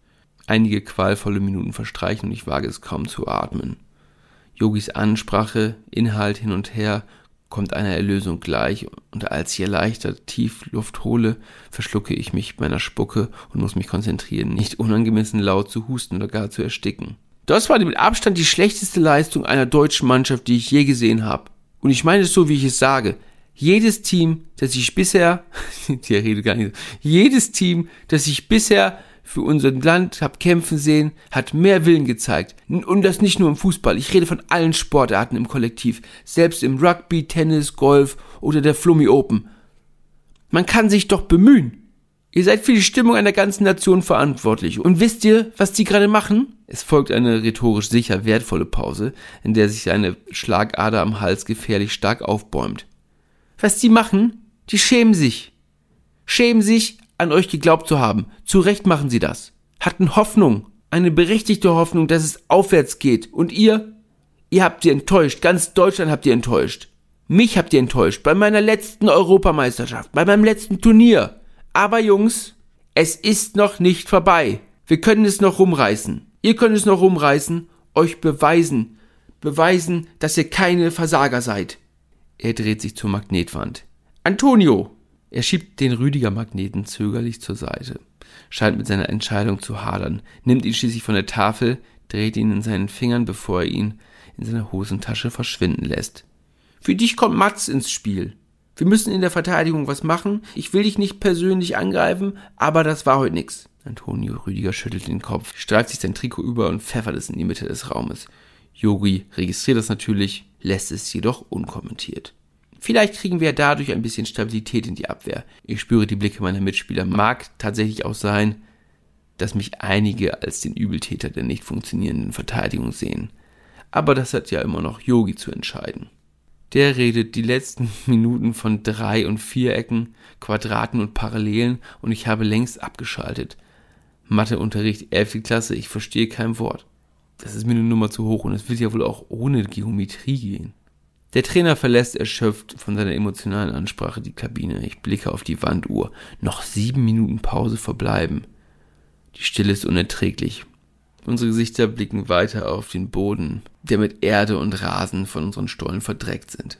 Einige qualvolle Minuten verstreichen und ich wage es kaum zu atmen. Yogis Ansprache, Inhalt hin und her, kommt einer Erlösung gleich und als ich erleichtert tief Luft hole, verschlucke ich mich meiner Spucke und muss mich konzentrieren, nicht unangemessen laut zu husten oder gar zu ersticken. Das war mit Abstand die schlechteste Leistung einer deutschen Mannschaft, die ich je gesehen habe. Und ich meine es so, wie ich es sage. Jedes Team, das ich bisher für unser Land habe kämpfen sehen, hat mehr Willen gezeigt. Und das nicht nur im Fußball. Ich rede von allen Sportarten im Kollektiv. Selbst im Rugby, Tennis, Golf oder der Flummi Open. Man kann sich doch bemühen. Ihr seid für die Stimmung einer ganzen Nation verantwortlich. Und wisst ihr, was die gerade machen? Es folgt eine rhetorisch sicher wertvolle Pause, in der sich eine Schlagader am Hals gefährlich stark aufbäumt. Was die machen? Die schämen sich. Schämen sich, an euch geglaubt zu haben. Zu Recht machen sie das. Hatten Hoffnung. Eine berechtigte Hoffnung, dass es aufwärts geht. Und ihr habt ihr enttäuscht. Ganz Deutschland habt ihr enttäuscht. Mich habt ihr enttäuscht. Bei meiner letzten Europameisterschaft. Bei meinem letzten Turnier. Aber Jungs, es ist noch nicht vorbei. Wir können es noch rumreißen. Ihr könnt es noch rumreißen. Euch beweisen. Beweisen, dass ihr keine Versager seid. Er dreht sich zur Magnetwand. Antonio! Er schiebt den Rüdiger-Magneten zögerlich zur Seite, scheint mit seiner Entscheidung zu hadern, nimmt ihn schließlich von der Tafel, dreht ihn in seinen Fingern, bevor er ihn in seiner Hosentasche verschwinden lässt. Für dich kommt Mats ins Spiel. Wir müssen in der Verteidigung was machen. Ich will dich nicht persönlich angreifen, aber das war heute nix. Antonio Rüdiger schüttelt den Kopf, streift sich sein Trikot über und pfeffert es in die Mitte des Raumes. Yogi registriert das natürlich, lässt es jedoch unkommentiert. Vielleicht kriegen wir dadurch ein bisschen Stabilität in die Abwehr. Ich spüre die Blicke meiner Mitspieler. Mag tatsächlich auch sein, dass mich einige als den Übeltäter der nicht funktionierenden Verteidigung sehen. Aber das hat ja immer noch Yogi zu entscheiden. Der redet die letzten Minuten von 3- und 4-Ecken, Quadraten und Parallelen und ich habe längst abgeschaltet. Matheunterricht 11. Klasse, ich verstehe kein Wort. Das ist mir eine Nummer zu hoch und es wird ja wohl auch ohne Geometrie gehen. Der Trainer verlässt erschöpft von seiner emotionalen Ansprache die Kabine. Ich blicke auf die Wanduhr. Noch 7 Minuten Pause verbleiben. Die Stille ist unerträglich. Unsere Gesichter blicken weiter auf den Boden, der mit Erde und Rasen von unseren Stollen verdreckt sind.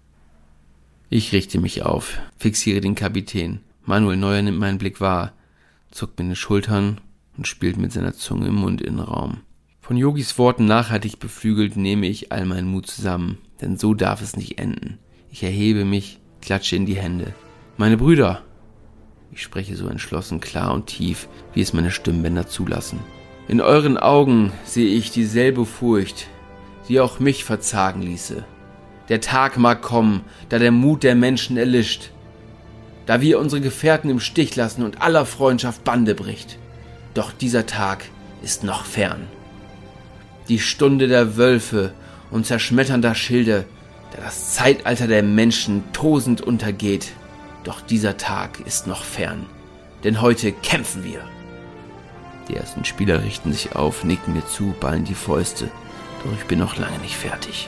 Ich richte mich auf, fixiere den Kapitän. Manuel Neuer nimmt meinen Blick wahr, zuckt mir in die Schultern und spielt mit seiner Zunge im Mundinnenraum. Von Yogis Worten nachhaltig beflügelt nehme ich all meinen Mut zusammen, denn so darf es nicht enden. Ich erhebe mich, klatsche in die Hände. Meine Brüder! Ich spreche so entschlossen, klar und tief, wie es meine Stimmbänder zulassen. In euren Augen sehe ich dieselbe Furcht, die auch mich verzagen ließe. Der Tag mag kommen, da der Mut der Menschen erlischt, da wir unsere Gefährten im Stich lassen und aller Freundschaft Bande bricht. Doch dieser Tag ist noch fern. Die Stunde der Wölfe und zerschmetternder Schilde, da das Zeitalter der Menschen tosend untergeht. Doch dieser Tag ist noch fern, denn heute kämpfen wir. Die ersten Spieler richten sich auf, nicken mir zu, ballen die Fäuste, doch ich bin noch lange nicht fertig.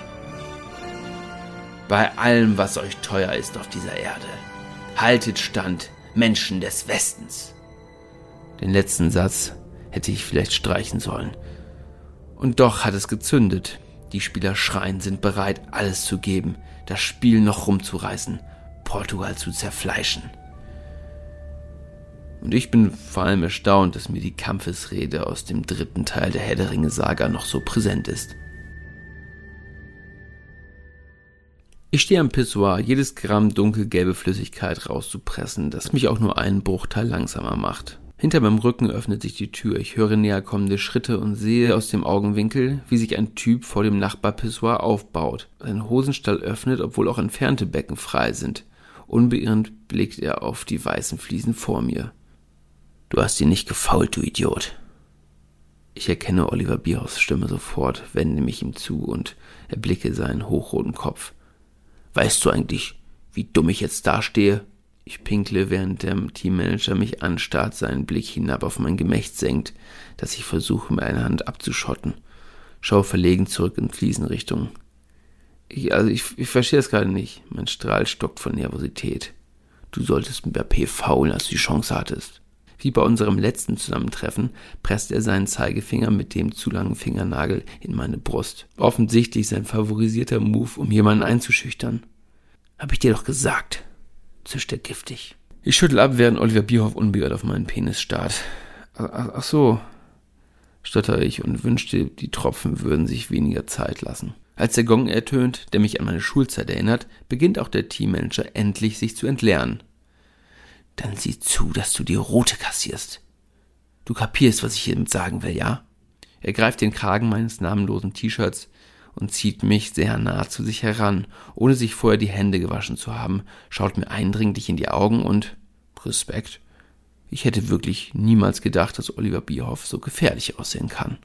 Bei allem, was euch teuer ist auf dieser Erde, haltet stand, Menschen des Westens. Den letzten Satz hätte ich vielleicht streichen sollen. Und doch hat es gezündet. Die Spieler schreien, sind bereit, alles zu geben, das Spiel noch rumzureißen, Portugal zu zerfleischen. Und ich bin vor allem erstaunt, dass mir die Kampfesrede aus dem 3. Teil der Herr der Ringe-Saga noch so präsent ist. Ich stehe am Pissoir, jedes Gramm dunkelgelbe Flüssigkeit rauszupressen, das mich auch nur einen Bruchteil langsamer macht. Hinter meinem Rücken öffnet sich die Tür, ich höre näher kommende Schritte und sehe aus dem Augenwinkel, wie sich ein Typ vor dem Nachbarpissoir aufbaut. Sein Hosenstall öffnet, obwohl auch entfernte Becken frei sind. Unbeirrend blickt er auf die weißen Fliesen vor mir. Du hast ihn nicht gefault, du Idiot. Ich erkenne Oliver Bierhoffs Stimme sofort, wende mich ihm zu und erblicke seinen hochroten Kopf. Weißt du eigentlich, wie dumm ich jetzt dastehe? Ich pinkle, während der Teammanager mich anstarrt, seinen Blick hinab auf mein Gemächt senkt, das ich versuche, mit einer Hand abzuschotten. Schaue verlegen zurück in Fliesenrichtung. Ich verstehe das gerade nicht. Mein Strahl stockt von Nervosität. Du solltest Mbappé faulen, als du die Chance hattest. Wie bei unserem letzten Zusammentreffen presst er seinen Zeigefinger mit dem zu langen Fingernagel in meine Brust. Offensichtlich sein favorisierter Move, um jemanden einzuschüchtern. Hab ich dir doch gesagt, zischt er giftig. Ich schüttel ab, während Oliver Bierhoff unbeirrt auf meinen Penis starrt. Ach so, stotter ich und wünschte, die Tropfen würden sich weniger Zeit lassen. Als der Gong ertönt, der mich an meine Schulzeit erinnert, beginnt auch der Teammanager endlich sich zu entleeren. Dann sieh zu, dass du die Rote kassierst. Du kapierst, was ich hiermit sagen will, ja? Er greift den Kragen meines namenlosen T-Shirts und zieht mich sehr nah zu sich heran, ohne sich vorher die Hände gewaschen zu haben, schaut mir eindringlich in die Augen und Respekt. Ich hätte wirklich niemals gedacht, dass Oliver Bierhoff so gefährlich aussehen kann.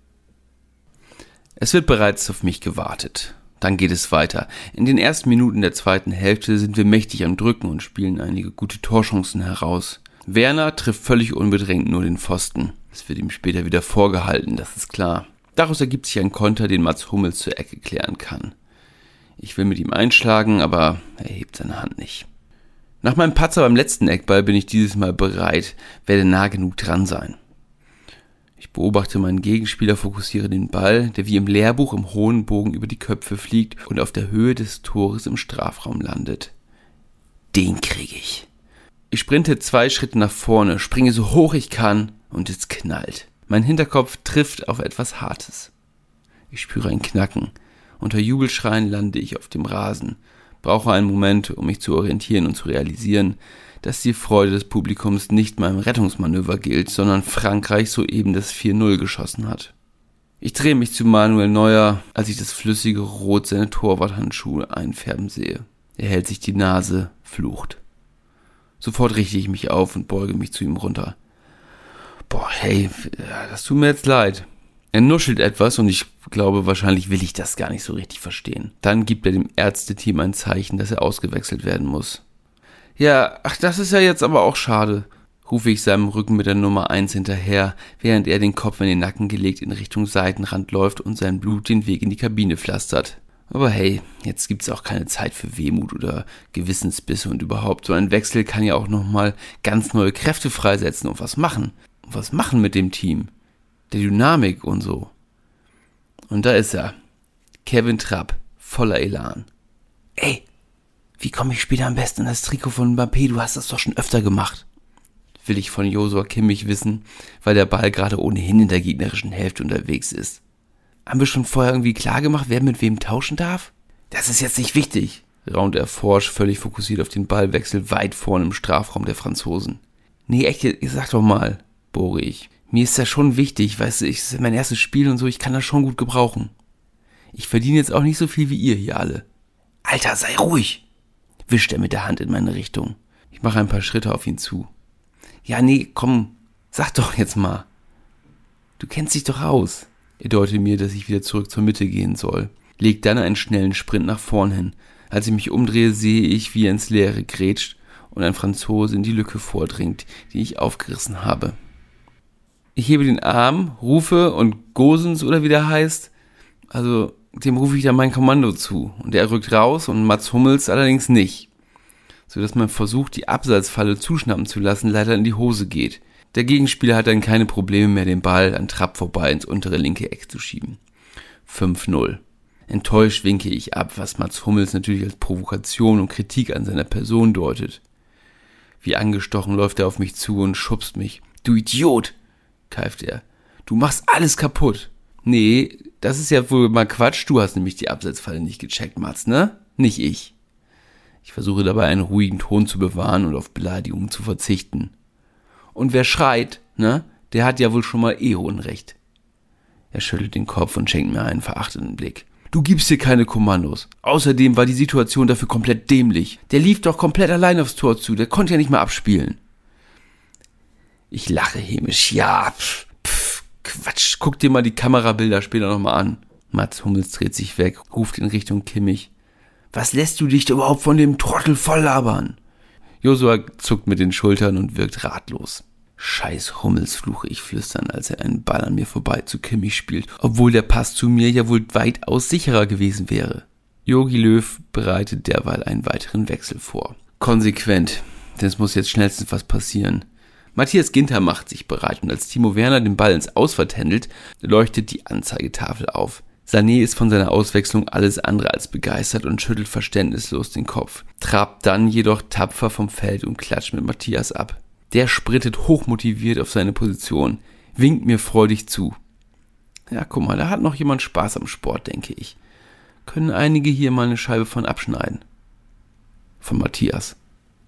Es wird bereits auf mich gewartet. Dann geht es weiter. In den ersten Minuten der zweiten Hälfte sind wir mächtig am Drücken und spielen einige gute Torchancen heraus. Werner trifft völlig unbedrängt nur den Pfosten. Es wird ihm später wieder vorgehalten, das ist klar. Daraus ergibt sich ein Konter, den Mats Hummels zur Ecke klären kann. Ich will mit ihm einschlagen, aber er hebt seine Hand nicht. Nach meinem Patzer beim letzten Eckball bin ich dieses Mal bereit, werde nah genug dran sein. Ich beobachte meinen Gegenspieler, fokussiere den Ball, der wie im Lehrbuch im hohen Bogen über die Köpfe fliegt und auf der Höhe des Tores im Strafraum landet. Den kriege ich. Ich sprinte 2 Schritte nach vorne, springe so hoch ich kann und es knallt. Mein Hinterkopf trifft auf etwas Hartes. Ich spüre ein Knacken. Unter Jubelschreien lande ich auf dem Rasen, brauche einen Moment, um mich zu orientieren und zu realisieren, dass die Freude des Publikums nicht meinem Rettungsmanöver gilt, sondern Frankreich soeben das 4-0 geschossen hat. Ich drehe mich zu Manuel Neuer, als ich das flüssige Rot seiner Torwarthandschuhe einfärben sehe. Er hält sich die Nase, flucht. Sofort richte ich mich auf und beuge mich zu ihm runter. Boah, hey, das tut mir jetzt leid. Er nuschelt etwas und ich glaube, wahrscheinlich will ich das gar nicht so richtig verstehen. Dann gibt er dem Ärzteteam ein Zeichen, dass er ausgewechselt werden muss. Ja, ach, das ist ja jetzt aber auch schade, rufe ich seinem Rücken mit der Nummer 1 hinterher, während er den Kopf in den Nacken gelegt in Richtung Seitenrand läuft und sein Blut den Weg in die Kabine pflastert. Aber hey, jetzt gibt's auch keine Zeit für Wehmut oder Gewissensbisse und überhaupt. So ein Wechsel kann ja auch nochmal ganz neue Kräfte freisetzen und was machen. Und was machen mit dem Team? Der Dynamik und so. Und da ist er. Kevin Trapp, voller Elan. Ey, wie komme ich später am besten an das Trikot von Mbappé? Du hast das doch schon öfter gemacht. Will ich von Joshua Kimmich wissen, weil der Ball gerade ohnehin in der gegnerischen Hälfte unterwegs ist. Haben wir schon vorher irgendwie klar gemacht, wer mit wem tauschen darf? Das ist jetzt nicht wichtig, raunt er forsch, völlig fokussiert auf den Ballwechsel weit vorne im Strafraum der Franzosen. Nee, echt, sag doch mal, bohre ich. Mir ist das schon wichtig, weißt du, es ist mein erstes Spiel und so, ich kann das schon gut gebrauchen. Ich verdiene jetzt auch nicht so viel wie ihr hier alle. Alter, sei ruhig, wischt er mit der Hand in meine Richtung. Ich mache ein paar Schritte auf ihn zu. Ja, nee, komm, sag doch jetzt mal. Du kennst dich doch aus. Er deutet mir, dass ich wieder zurück zur Mitte gehen soll. Legt dann einen schnellen Sprint nach vorn hin. Als ich mich umdrehe, sehe ich, wie er ins Leere grätscht und ein Franzose in die Lücke vordringt, die ich aufgerissen habe. Ich hebe den Arm, rufe und Gosens oder wie der heißt, also dem rufe ich dann mein Kommando zu. Und er rückt raus und Mats Hummels allerdings nicht. Sodass mein Versuch, die Abseitsfalle zuschnappen zu lassen, leider in die Hose geht. Der Gegenspieler hat dann keine Probleme mehr, den Ball an Trapp vorbei ins untere linke Eck zu schieben. 5-0. Enttäuscht winke ich ab, was Mats Hummels natürlich als Provokation und Kritik an seiner Person deutet. Wie angestochen läuft er auf mich zu und schubst mich. Du Idiot, keift er. Du machst alles kaputt. Nee, das ist ja wohl mal Quatsch. Du hast nämlich die Abseitsfalle nicht gecheckt, Mats, ne? Nicht ich. Ich versuche dabei einen ruhigen Ton zu bewahren und auf Beleidigungen zu verzichten. Und wer schreit, ne, der hat ja wohl schon mal Unrecht. Er schüttelt den Kopf und schenkt mir einen verachtenden Blick. Du gibst dir keine Kommandos. Außerdem war die Situation dafür komplett dämlich. Der lief doch komplett allein aufs Tor zu, der konnte ja nicht mal abspielen. Ich lache hämisch. Ja, Quatsch, guck dir mal die Kamerabilder später nochmal an. Mats Hummels dreht sich weg, ruft in Richtung Kimmich. Was lässt du dich überhaupt von dem Trottel volllabern? Joshua zuckt mit den Schultern und wirkt ratlos. Scheiß Hummels, fluche ich flüstern, als er einen Ball an mir vorbei zu Kimmich spielt, obwohl der Pass zu mir ja wohl weitaus sicherer gewesen wäre. Jogi Löw bereitet derweil einen weiteren Wechsel vor. Konsequent, denn es muss jetzt schnellstens was passieren. Matthias Ginter macht sich bereit und als Timo Werner den Ball ins Aus vertändelt, leuchtet die Anzeigetafel auf. Sané ist von seiner Auswechslung alles andere als begeistert und schüttelt verständnislos den Kopf, trabt dann jedoch tapfer vom Feld und klatscht mit Matthias ab. Der sprintet hochmotiviert auf seine Position, winkt mir freudig zu. Ja, guck mal, da hat noch jemand Spaß am Sport, denke ich. Können einige hier mal eine Scheibe von abschneiden? Von Matthias.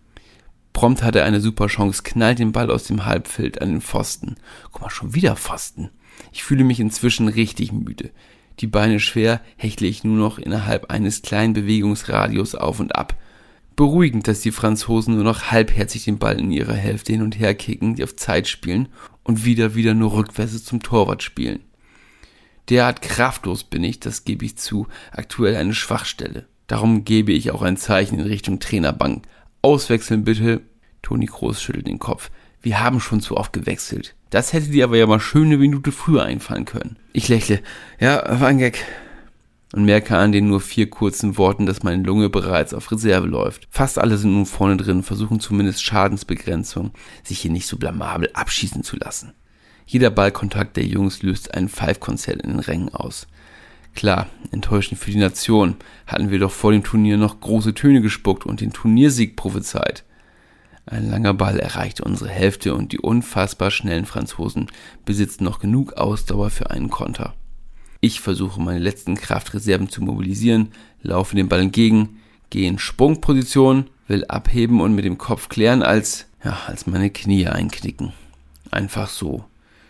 Prompt hat er eine super Chance, knallt den Ball aus dem Halbfeld an den Pfosten. Guck mal, schon wieder Pfosten. Ich fühle mich inzwischen richtig müde. Die Beine schwer hechle ich nur noch innerhalb eines kleinen Bewegungsradius auf und ab. Beruhigend, dass die Franzosen nur noch halbherzig den Ball in ihrer Hälfte hin und her kicken, die auf Zeit spielen und wieder nur rückwärts zum Torwart spielen. Derart kraftlos bin ich, das gebe ich zu, aktuell eine Schwachstelle. Darum gebe ich auch ein Zeichen in Richtung Trainerbank. Auswechseln bitte. Toni Kroos schüttelt den Kopf. Wir haben schon zu oft gewechselt. Das hätte dir aber ja mal schön eine Minute früher einfallen können. Ich lächle. Ja, war ein Gag. Und merke an den nur 4 kurzen Worten, dass meine Lunge bereits auf Reserve läuft. Fast alle sind nun vorne drin, versuchen zumindest Schadensbegrenzung, sich hier nicht so blamabel abschießen zu lassen. Jeder Ballkontakt der Jungs löst ein Pfeifkonzert in den Rängen aus. Klar, enttäuschend für die Nation, hatten wir doch vor dem Turnier noch große Töne gespuckt und den Turniersieg prophezeit. Ein langer Ball erreichte unsere Hälfte und die unfassbar schnellen Franzosen besitzen noch genug Ausdauer für einen Konter. Ich versuche meine letzten Kraftreserven zu mobilisieren, laufe dem Ball entgegen, gehe in Sprungposition, will abheben und mit dem Kopf klären, als meine Knie einknicken. Einfach so.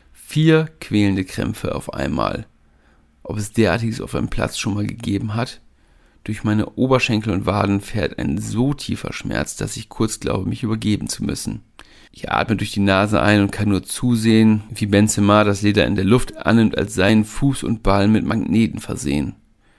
4 quälende Krämpfe auf einmal. Ob es derartiges auf einem Platz schon mal gegeben hat? Durch meine Oberschenkel und Waden fährt ein so tiefer Schmerz, dass ich kurz glaube, mich übergeben zu müssen. Ich atme durch die Nase ein und kann nur zusehen, wie Benzema das Leder in der Luft annimmt, als seien Fuß und Ball mit Magneten versehen.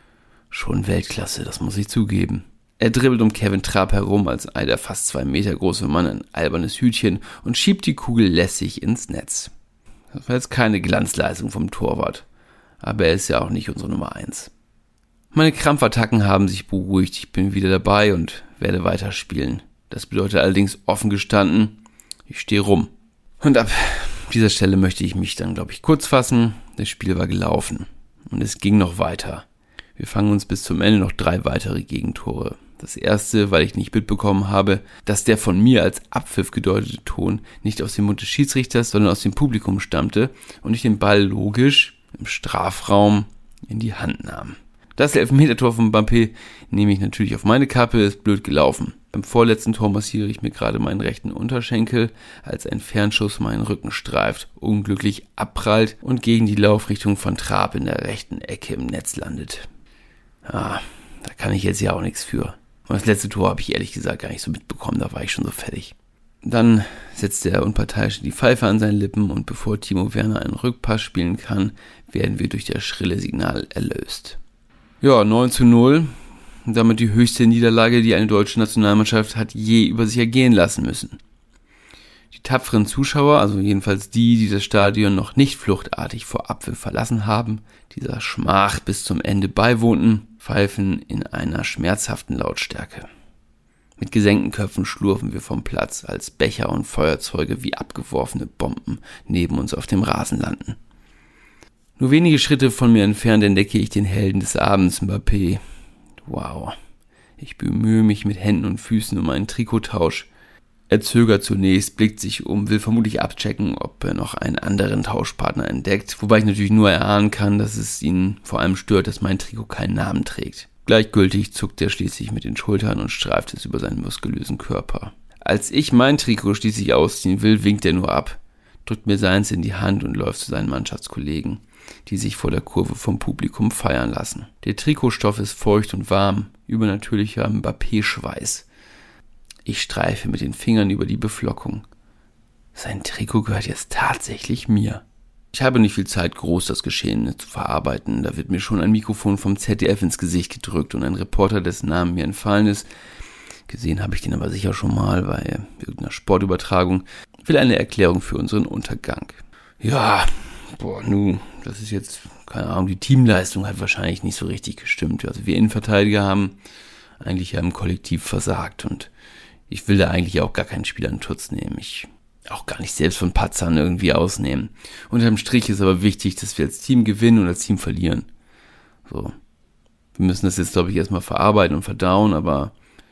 Schon Weltklasse, das muss ich zugeben. Er dribbelt um Kevin Trapp herum als der fast 2 Meter große Mann ein albernes Hütchen und schiebt die Kugel lässig ins Netz. Das war jetzt keine Glanzleistung vom Torwart, aber er ist ja auch nicht unsere Nummer 1. Meine Krampfattacken haben sich beruhigt, ich bin wieder dabei und werde weiterspielen. Das bedeutet allerdings offen gestanden, ich stehe rum. Und ab dieser Stelle möchte ich mich dann, kurz fassen. Das Spiel war gelaufen und es ging noch weiter. Wir fangen uns bis zum Ende noch 3 weitere Gegentore. Das erste, weil ich nicht mitbekommen habe, dass der von mir als Abpfiff gedeutete Ton nicht aus dem Mund des Schiedsrichters, sondern aus dem Publikum stammte und ich den Ball logisch im Strafraum in die Hand nahm. Das Elfmetertor von Mbappé nehme ich natürlich auf meine Kappe, ist blöd gelaufen. Beim vorletzten Tor massiere ich mir gerade meinen rechten Unterschenkel, als ein Fernschuss meinen Rücken streift, unglücklich abprallt und gegen die Laufrichtung von Trapp in der rechten Ecke im Netz landet. Da kann ich jetzt ja auch nichts für. Und das letzte Tor habe ich ehrlich gesagt gar nicht so mitbekommen, da war ich schon so fertig. Dann setzt der Unparteiische die Pfeife an seine Lippen und bevor Timo Werner einen Rückpass spielen kann, werden wir durch das schrille Signal erlöst. Ja, 9:0. Damit die höchste Niederlage, die eine deutsche Nationalmannschaft hat je über sich ergehen lassen müssen. Die tapferen Zuschauer, also jedenfalls die das Stadion noch nicht fluchtartig vor Abpfiff verlassen haben, dieser Schmach bis zum Ende beiwohnten, pfeifen in einer schmerzhaften Lautstärke. Mit gesenkten Köpfen schlurfen wir vom Platz, als Becher und Feuerzeuge wie abgeworfene Bomben neben uns auf dem Rasen landen. Nur wenige Schritte von mir entfernt entdecke ich den Helden des Abends, Mbappé. Wow. Ich bemühe mich mit Händen und Füßen um einen Trikottausch. Er zögert zunächst, blickt sich um, will vermutlich abchecken, ob er noch einen anderen Tauschpartner entdeckt, wobei ich natürlich nur erahnen kann, dass es ihn vor allem stört, dass mein Trikot keinen Namen trägt. Gleichgültig zuckt er schließlich mit den Schultern und streift es über seinen muskulösen Körper. Als ich mein Trikot schließlich ausziehen will, winkt er nur ab, drückt mir seins in die Hand und läuft zu seinen Mannschaftskollegen, die sich vor der Kurve vom Publikum feiern lassen. Der Trikotstoff ist feucht und warm, übernatürlicher Mbappé-Schweiß. Ich streife mit den Fingern über die Beflockung. Sein Trikot gehört jetzt tatsächlich mir. Ich habe nicht viel Zeit, groß das Geschehene zu verarbeiten. Da wird mir schon ein Mikrofon vom ZDF ins Gesicht gedrückt und ein Reporter, dessen Namen mir entfallen ist, gesehen habe ich den aber sicher schon mal bei irgendeiner Sportübertragung, will eine Erklärung für unseren Untergang. Ja, das ist jetzt, keine Ahnung, die Teamleistung hat wahrscheinlich nicht so richtig gestimmt. Also wir Innenverteidiger haben eigentlich im Kollektiv versagt und ich will da eigentlich auch gar keinen Spieler in Schutz nehmen. Ich auch gar nicht selbst von Patzern irgendwie ausnehmen. Unterm Strich ist aber wichtig, dass wir als Team gewinnen und als Team verlieren. So. Wir müssen das jetzt, glaube ich, erstmal verarbeiten und verdauen, aber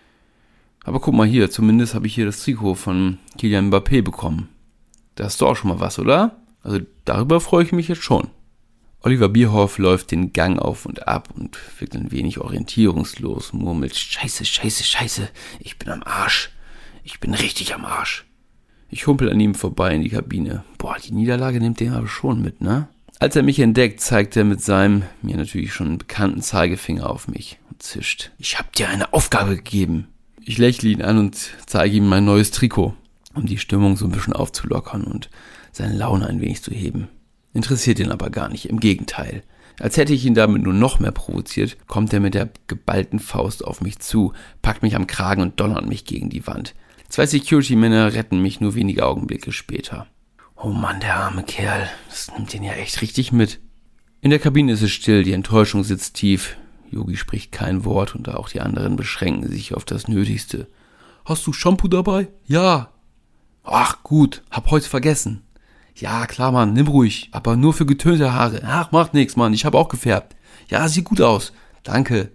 guck mal hier, zumindest habe ich hier das Trikot von Kylian Mbappé bekommen. Da hast du auch schon mal was, oder? Also darüber freue ich mich jetzt schon. Oliver Bierhoff läuft den Gang auf und ab und wirkt ein wenig orientierungslos, murmelt: Scheiße, scheiße, scheiße, ich bin am Arsch. Ich bin richtig am Arsch. Ich humpel an ihm vorbei in die Kabine. Boah, die Niederlage nimmt den aber schon mit, ne? Als er mich entdeckt, zeigt er mit seinem, mir natürlich schon bekannten Zeigefinger auf mich und zischt: Ich hab dir eine Aufgabe gegeben. Ich lächle ihn an und zeige ihm mein neues Trikot, um die Stimmung so ein bisschen aufzulockern und seine Laune ein wenig zu heben. Interessiert ihn aber gar nicht, im Gegenteil. Als hätte ich ihn damit nur noch mehr provoziert, kommt er mit der geballten Faust auf mich zu, packt mich am Kragen und donnert mich gegen die Wand. 2 Security-Männer retten mich nur wenige Augenblicke später. Oh Mann, der arme Kerl, das nimmt ihn ja echt richtig mit. In der Kabine ist es still, die Enttäuschung sitzt tief. Yogi spricht kein Wort und auch die anderen beschränken sich auf das Nötigste. Hast du Shampoo dabei? Ja. Ach gut, hab heute vergessen. Ja, klar, Mann, nimm ruhig, aber nur für getönte Haare. Ach, macht nix, Mann, ich hab auch gefärbt. Ja, sieht gut aus. Danke.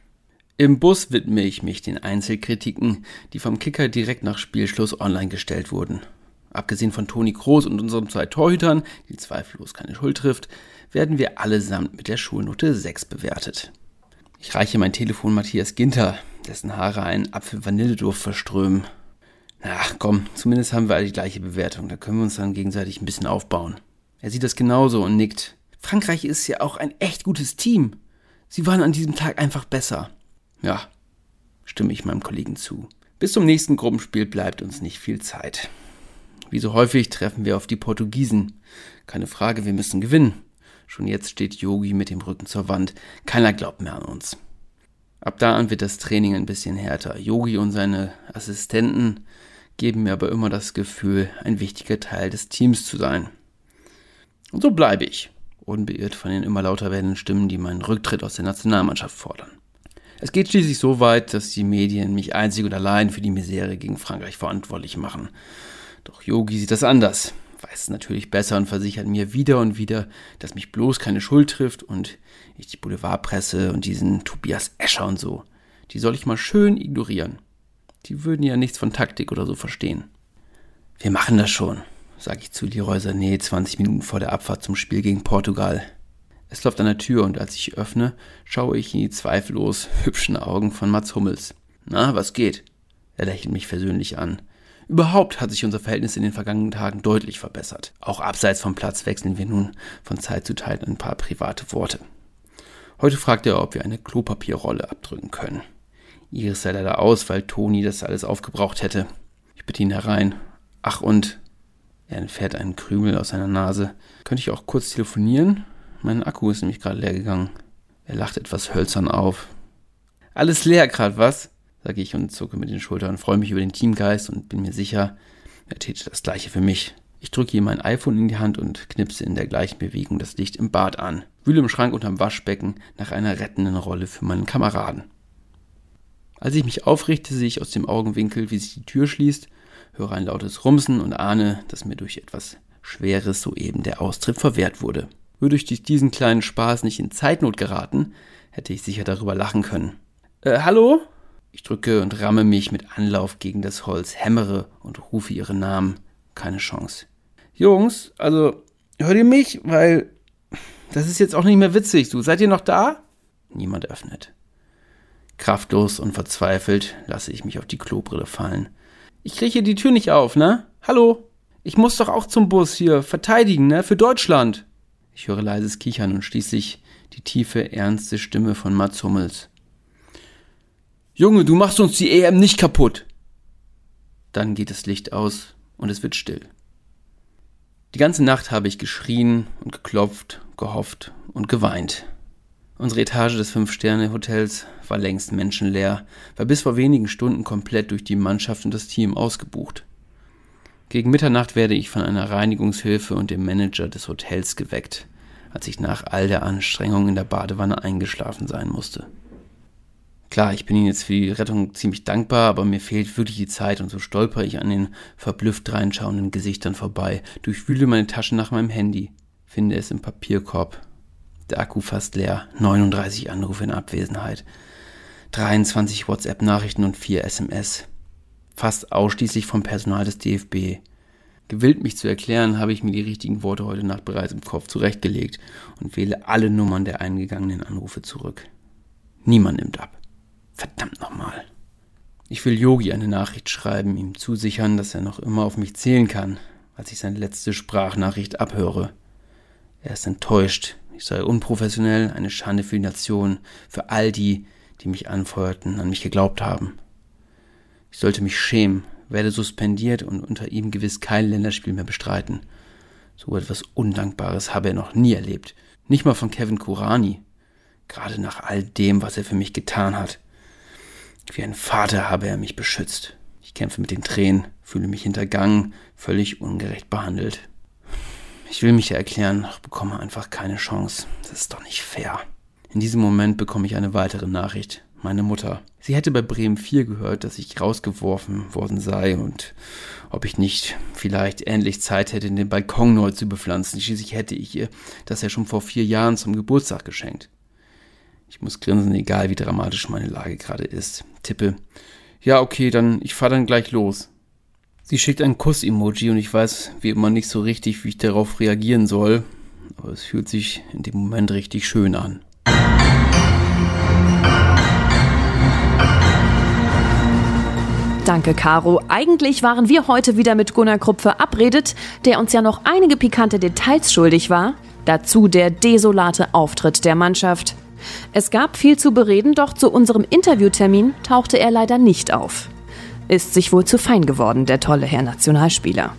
Im Bus widme ich mich den Einzelkritiken, die vom Kicker direkt nach Spielschluss online gestellt wurden. Abgesehen von Toni Kroos und unseren 2 Torhütern, die zweifellos keine Schuld trifft, werden wir allesamt mit der Schulnote 6 bewertet. Ich reiche mein Telefon Matthias Ginter, dessen Haare einen Apfel-Vanilleduft verströmen. Na komm, zumindest haben wir alle die gleiche Bewertung, da können wir uns dann gegenseitig ein bisschen aufbauen. Er sieht das genauso und nickt. Frankreich ist ja auch ein echt gutes Team. Sie waren an diesem Tag einfach besser. Ja, stimme ich meinem Kollegen zu. Bis zum nächsten Gruppenspiel bleibt uns nicht viel Zeit. Wie so häufig treffen wir auf die Portugiesen. Keine Frage, wir müssen gewinnen. Schon jetzt steht Yogi mit dem Rücken zur Wand. Keiner glaubt mehr an uns. Ab da an wird das Training ein bisschen härter. Yogi und seine Assistenten geben mir aber immer das Gefühl, ein wichtiger Teil des Teams zu sein. Und so bleibe ich, unbeirrt von den immer lauter werdenden Stimmen, die meinen Rücktritt aus der Nationalmannschaft fordern. Es geht schließlich so weit, dass die Medien mich einzig und allein für die Misere gegen Frankreich verantwortlich machen. Doch Yogi sieht das anders, weiß es natürlich besser und versichert mir wieder und wieder, dass mich bloß keine Schuld trifft und ich die Boulevardpresse und diesen Tobias Escher und so, die soll ich mal schön ignorieren. Die würden ja nichts von Taktik oder so verstehen. Wir machen das schon, sage ich zu Leroy Sané 20 Minuten vor der Abfahrt zum Spiel gegen Portugal. Es klopft an der Tür und als ich öffne, schaue ich in die zweifellos hübschen Augen von Mats Hummels. Na, was geht? Er lächelt mich versöhnlich an. Überhaupt hat sich unser Verhältnis in den vergangenen Tagen deutlich verbessert. Auch abseits vom Platz wechseln wir nun von Zeit zu Zeit ein paar private Worte. Heute fragt er, ob wir eine Klopapierrolle abdrücken können. Iris sei leider aus, weil Toni das alles aufgebraucht hätte. Ich bitte ihn herein. Ach und? Er entfernt einen Krümel aus seiner Nase. Könnte ich auch kurz telefonieren? Mein Akku ist nämlich gerade leer gegangen. Er lacht etwas hölzern auf. Alles leer gerade, was? Sage ich und zucke mit den Schultern, freue mich über den Teamgeist und bin mir sicher, er täte das Gleiche für mich. Ich drücke ihm mein iPhone in die Hand und knipse in der gleichen Bewegung das Licht im Bad an. Wühle im Schrank unterm Waschbecken nach einer rettenden Rolle für meinen Kameraden. Als ich mich aufrichte, sehe ich aus dem Augenwinkel, wie sich die Tür schließt, höre ein lautes Rumsen und ahne, dass mir durch etwas Schweres soeben der Austritt verwehrt wurde. Würde ich durch diesen kleinen Spaß nicht in Zeitnot geraten, hätte ich sicher darüber lachen können. Hallo? Ich drücke und ramme mich mit Anlauf gegen das Holz, hämmere und rufe ihre Namen. Keine Chance. Jungs, also, hört ihr mich? Weil, das ist jetzt auch nicht mehr witzig. So, seid ihr noch da? Niemand öffnet. Kraftlos und verzweifelt lasse ich mich auf die Klobrille fallen. Ich kriege hier die Tür nicht auf, ne? Hallo? Ich muss doch auch zum Bus hier verteidigen, ne? Für Deutschland. Ich höre leises Kichern und schließlich die tiefe, ernste Stimme von Mats Hummels. Junge, du machst uns die EM nicht kaputt. Dann geht das Licht aus und es wird still. Die ganze Nacht habe ich geschrien und geklopft, gehofft und geweint. Unsere Etage des 5-Sterne-Hotels war längst menschenleer, war bis vor wenigen Stunden komplett durch die Mannschaft und das Team ausgebucht. Gegen Mitternacht werde ich von einer Reinigungshilfe und dem Manager des Hotels geweckt, als ich nach all der Anstrengung in der Badewanne eingeschlafen sein musste. Klar, ich bin Ihnen jetzt für die Rettung ziemlich dankbar, aber mir fehlt wirklich die Zeit und so stolper ich an den verblüfft reinschauenden Gesichtern vorbei, durchwühle meine Taschen nach meinem Handy, finde es im Papierkorb. Der Akku fast leer, 39 Anrufe in Abwesenheit, 23 WhatsApp-Nachrichten und 4 SMS. Fast ausschließlich vom Personal des DFB. Gewillt, mich zu erklären, habe ich mir die richtigen Worte heute Nacht bereits im Kopf zurechtgelegt und wähle alle Nummern der eingegangenen Anrufe zurück. Niemand nimmt ab. Verdammt nochmal. Ich will Yogi eine Nachricht schreiben, ihm zusichern, dass er noch immer auf mich zählen kann, als ich seine letzte Sprachnachricht abhöre. Er ist enttäuscht. Ich sei unprofessionell, eine Schande für die Nation, für all die, die mich anfeuerten, an mich geglaubt haben. Ich sollte mich schämen, werde suspendiert und unter ihm gewiss kein Länderspiel mehr bestreiten. So etwas Undankbares habe er noch nie erlebt. Nicht mal von Kevin Kurani. Gerade nach all dem, was er für mich getan hat. Wie ein Vater habe er mich beschützt. Ich kämpfe mit den Tränen, fühle mich hintergangen, völlig ungerecht behandelt. Ich will mich ja erklären, doch bekomme einfach keine Chance. Das ist doch nicht fair. In diesem Moment bekomme ich eine weitere Nachricht. Meine Mutter. Sie hätte bei Bremen 4 gehört, dass ich rausgeworfen worden sei und ob ich nicht vielleicht endlich Zeit hätte, den Balkon neu zu bepflanzen. Schließlich hätte ich ihr das ja schon vor 4 Jahren zum Geburtstag geschenkt. Ich muss grinsen, egal wie dramatisch meine Lage gerade ist. Tippe, ja okay, ich fahre dann gleich los. Sie schickt ein Kuss-Emoji und ich weiß wie immer nicht so richtig, wie ich darauf reagieren soll. Aber es fühlt sich in dem Moment richtig schön an. Danke, Caro. Eigentlich waren wir heute wieder mit Gunnar Krupp verabredet, der uns ja noch einige pikante Details schuldig war. Dazu der desolate Auftritt der Mannschaft. Es gab viel zu bereden, doch zu unserem Interviewtermin tauchte er leider nicht auf. Ist sich wohl zu fein geworden, der tolle Herr Nationalspieler.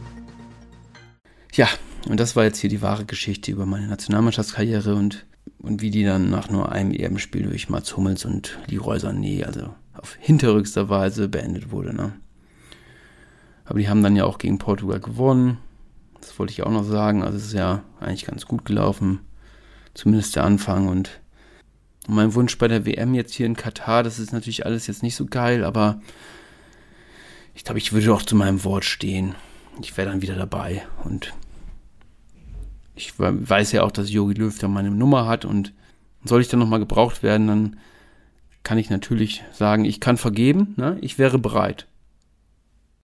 Ja, und das war jetzt hier die wahre Geschichte über meine Nationalmannschaftskarriere und wie die dann nach nur einem EM-Spiel durch Mats Hummels und Leroy Sané, also auf hinterrückster Weise beendet wurde. Ne? Aber die haben dann ja auch gegen Portugal gewonnen. Das wollte ich auch noch sagen. Also es ist ja eigentlich ganz gut gelaufen. Zumindest der Anfang. Und mein Wunsch bei der WM jetzt hier in Katar, das ist natürlich alles jetzt nicht so geil, aber ich glaube, ich würde auch zu meinem Wort stehen. Ich wäre dann wieder dabei. Und ich weiß ja auch, dass Jogi Löw da meine Nummer hat und soll ich dann nochmal gebraucht werden, dann kann ich natürlich sagen, ich kann vergeben, ne? Ich wäre bereit.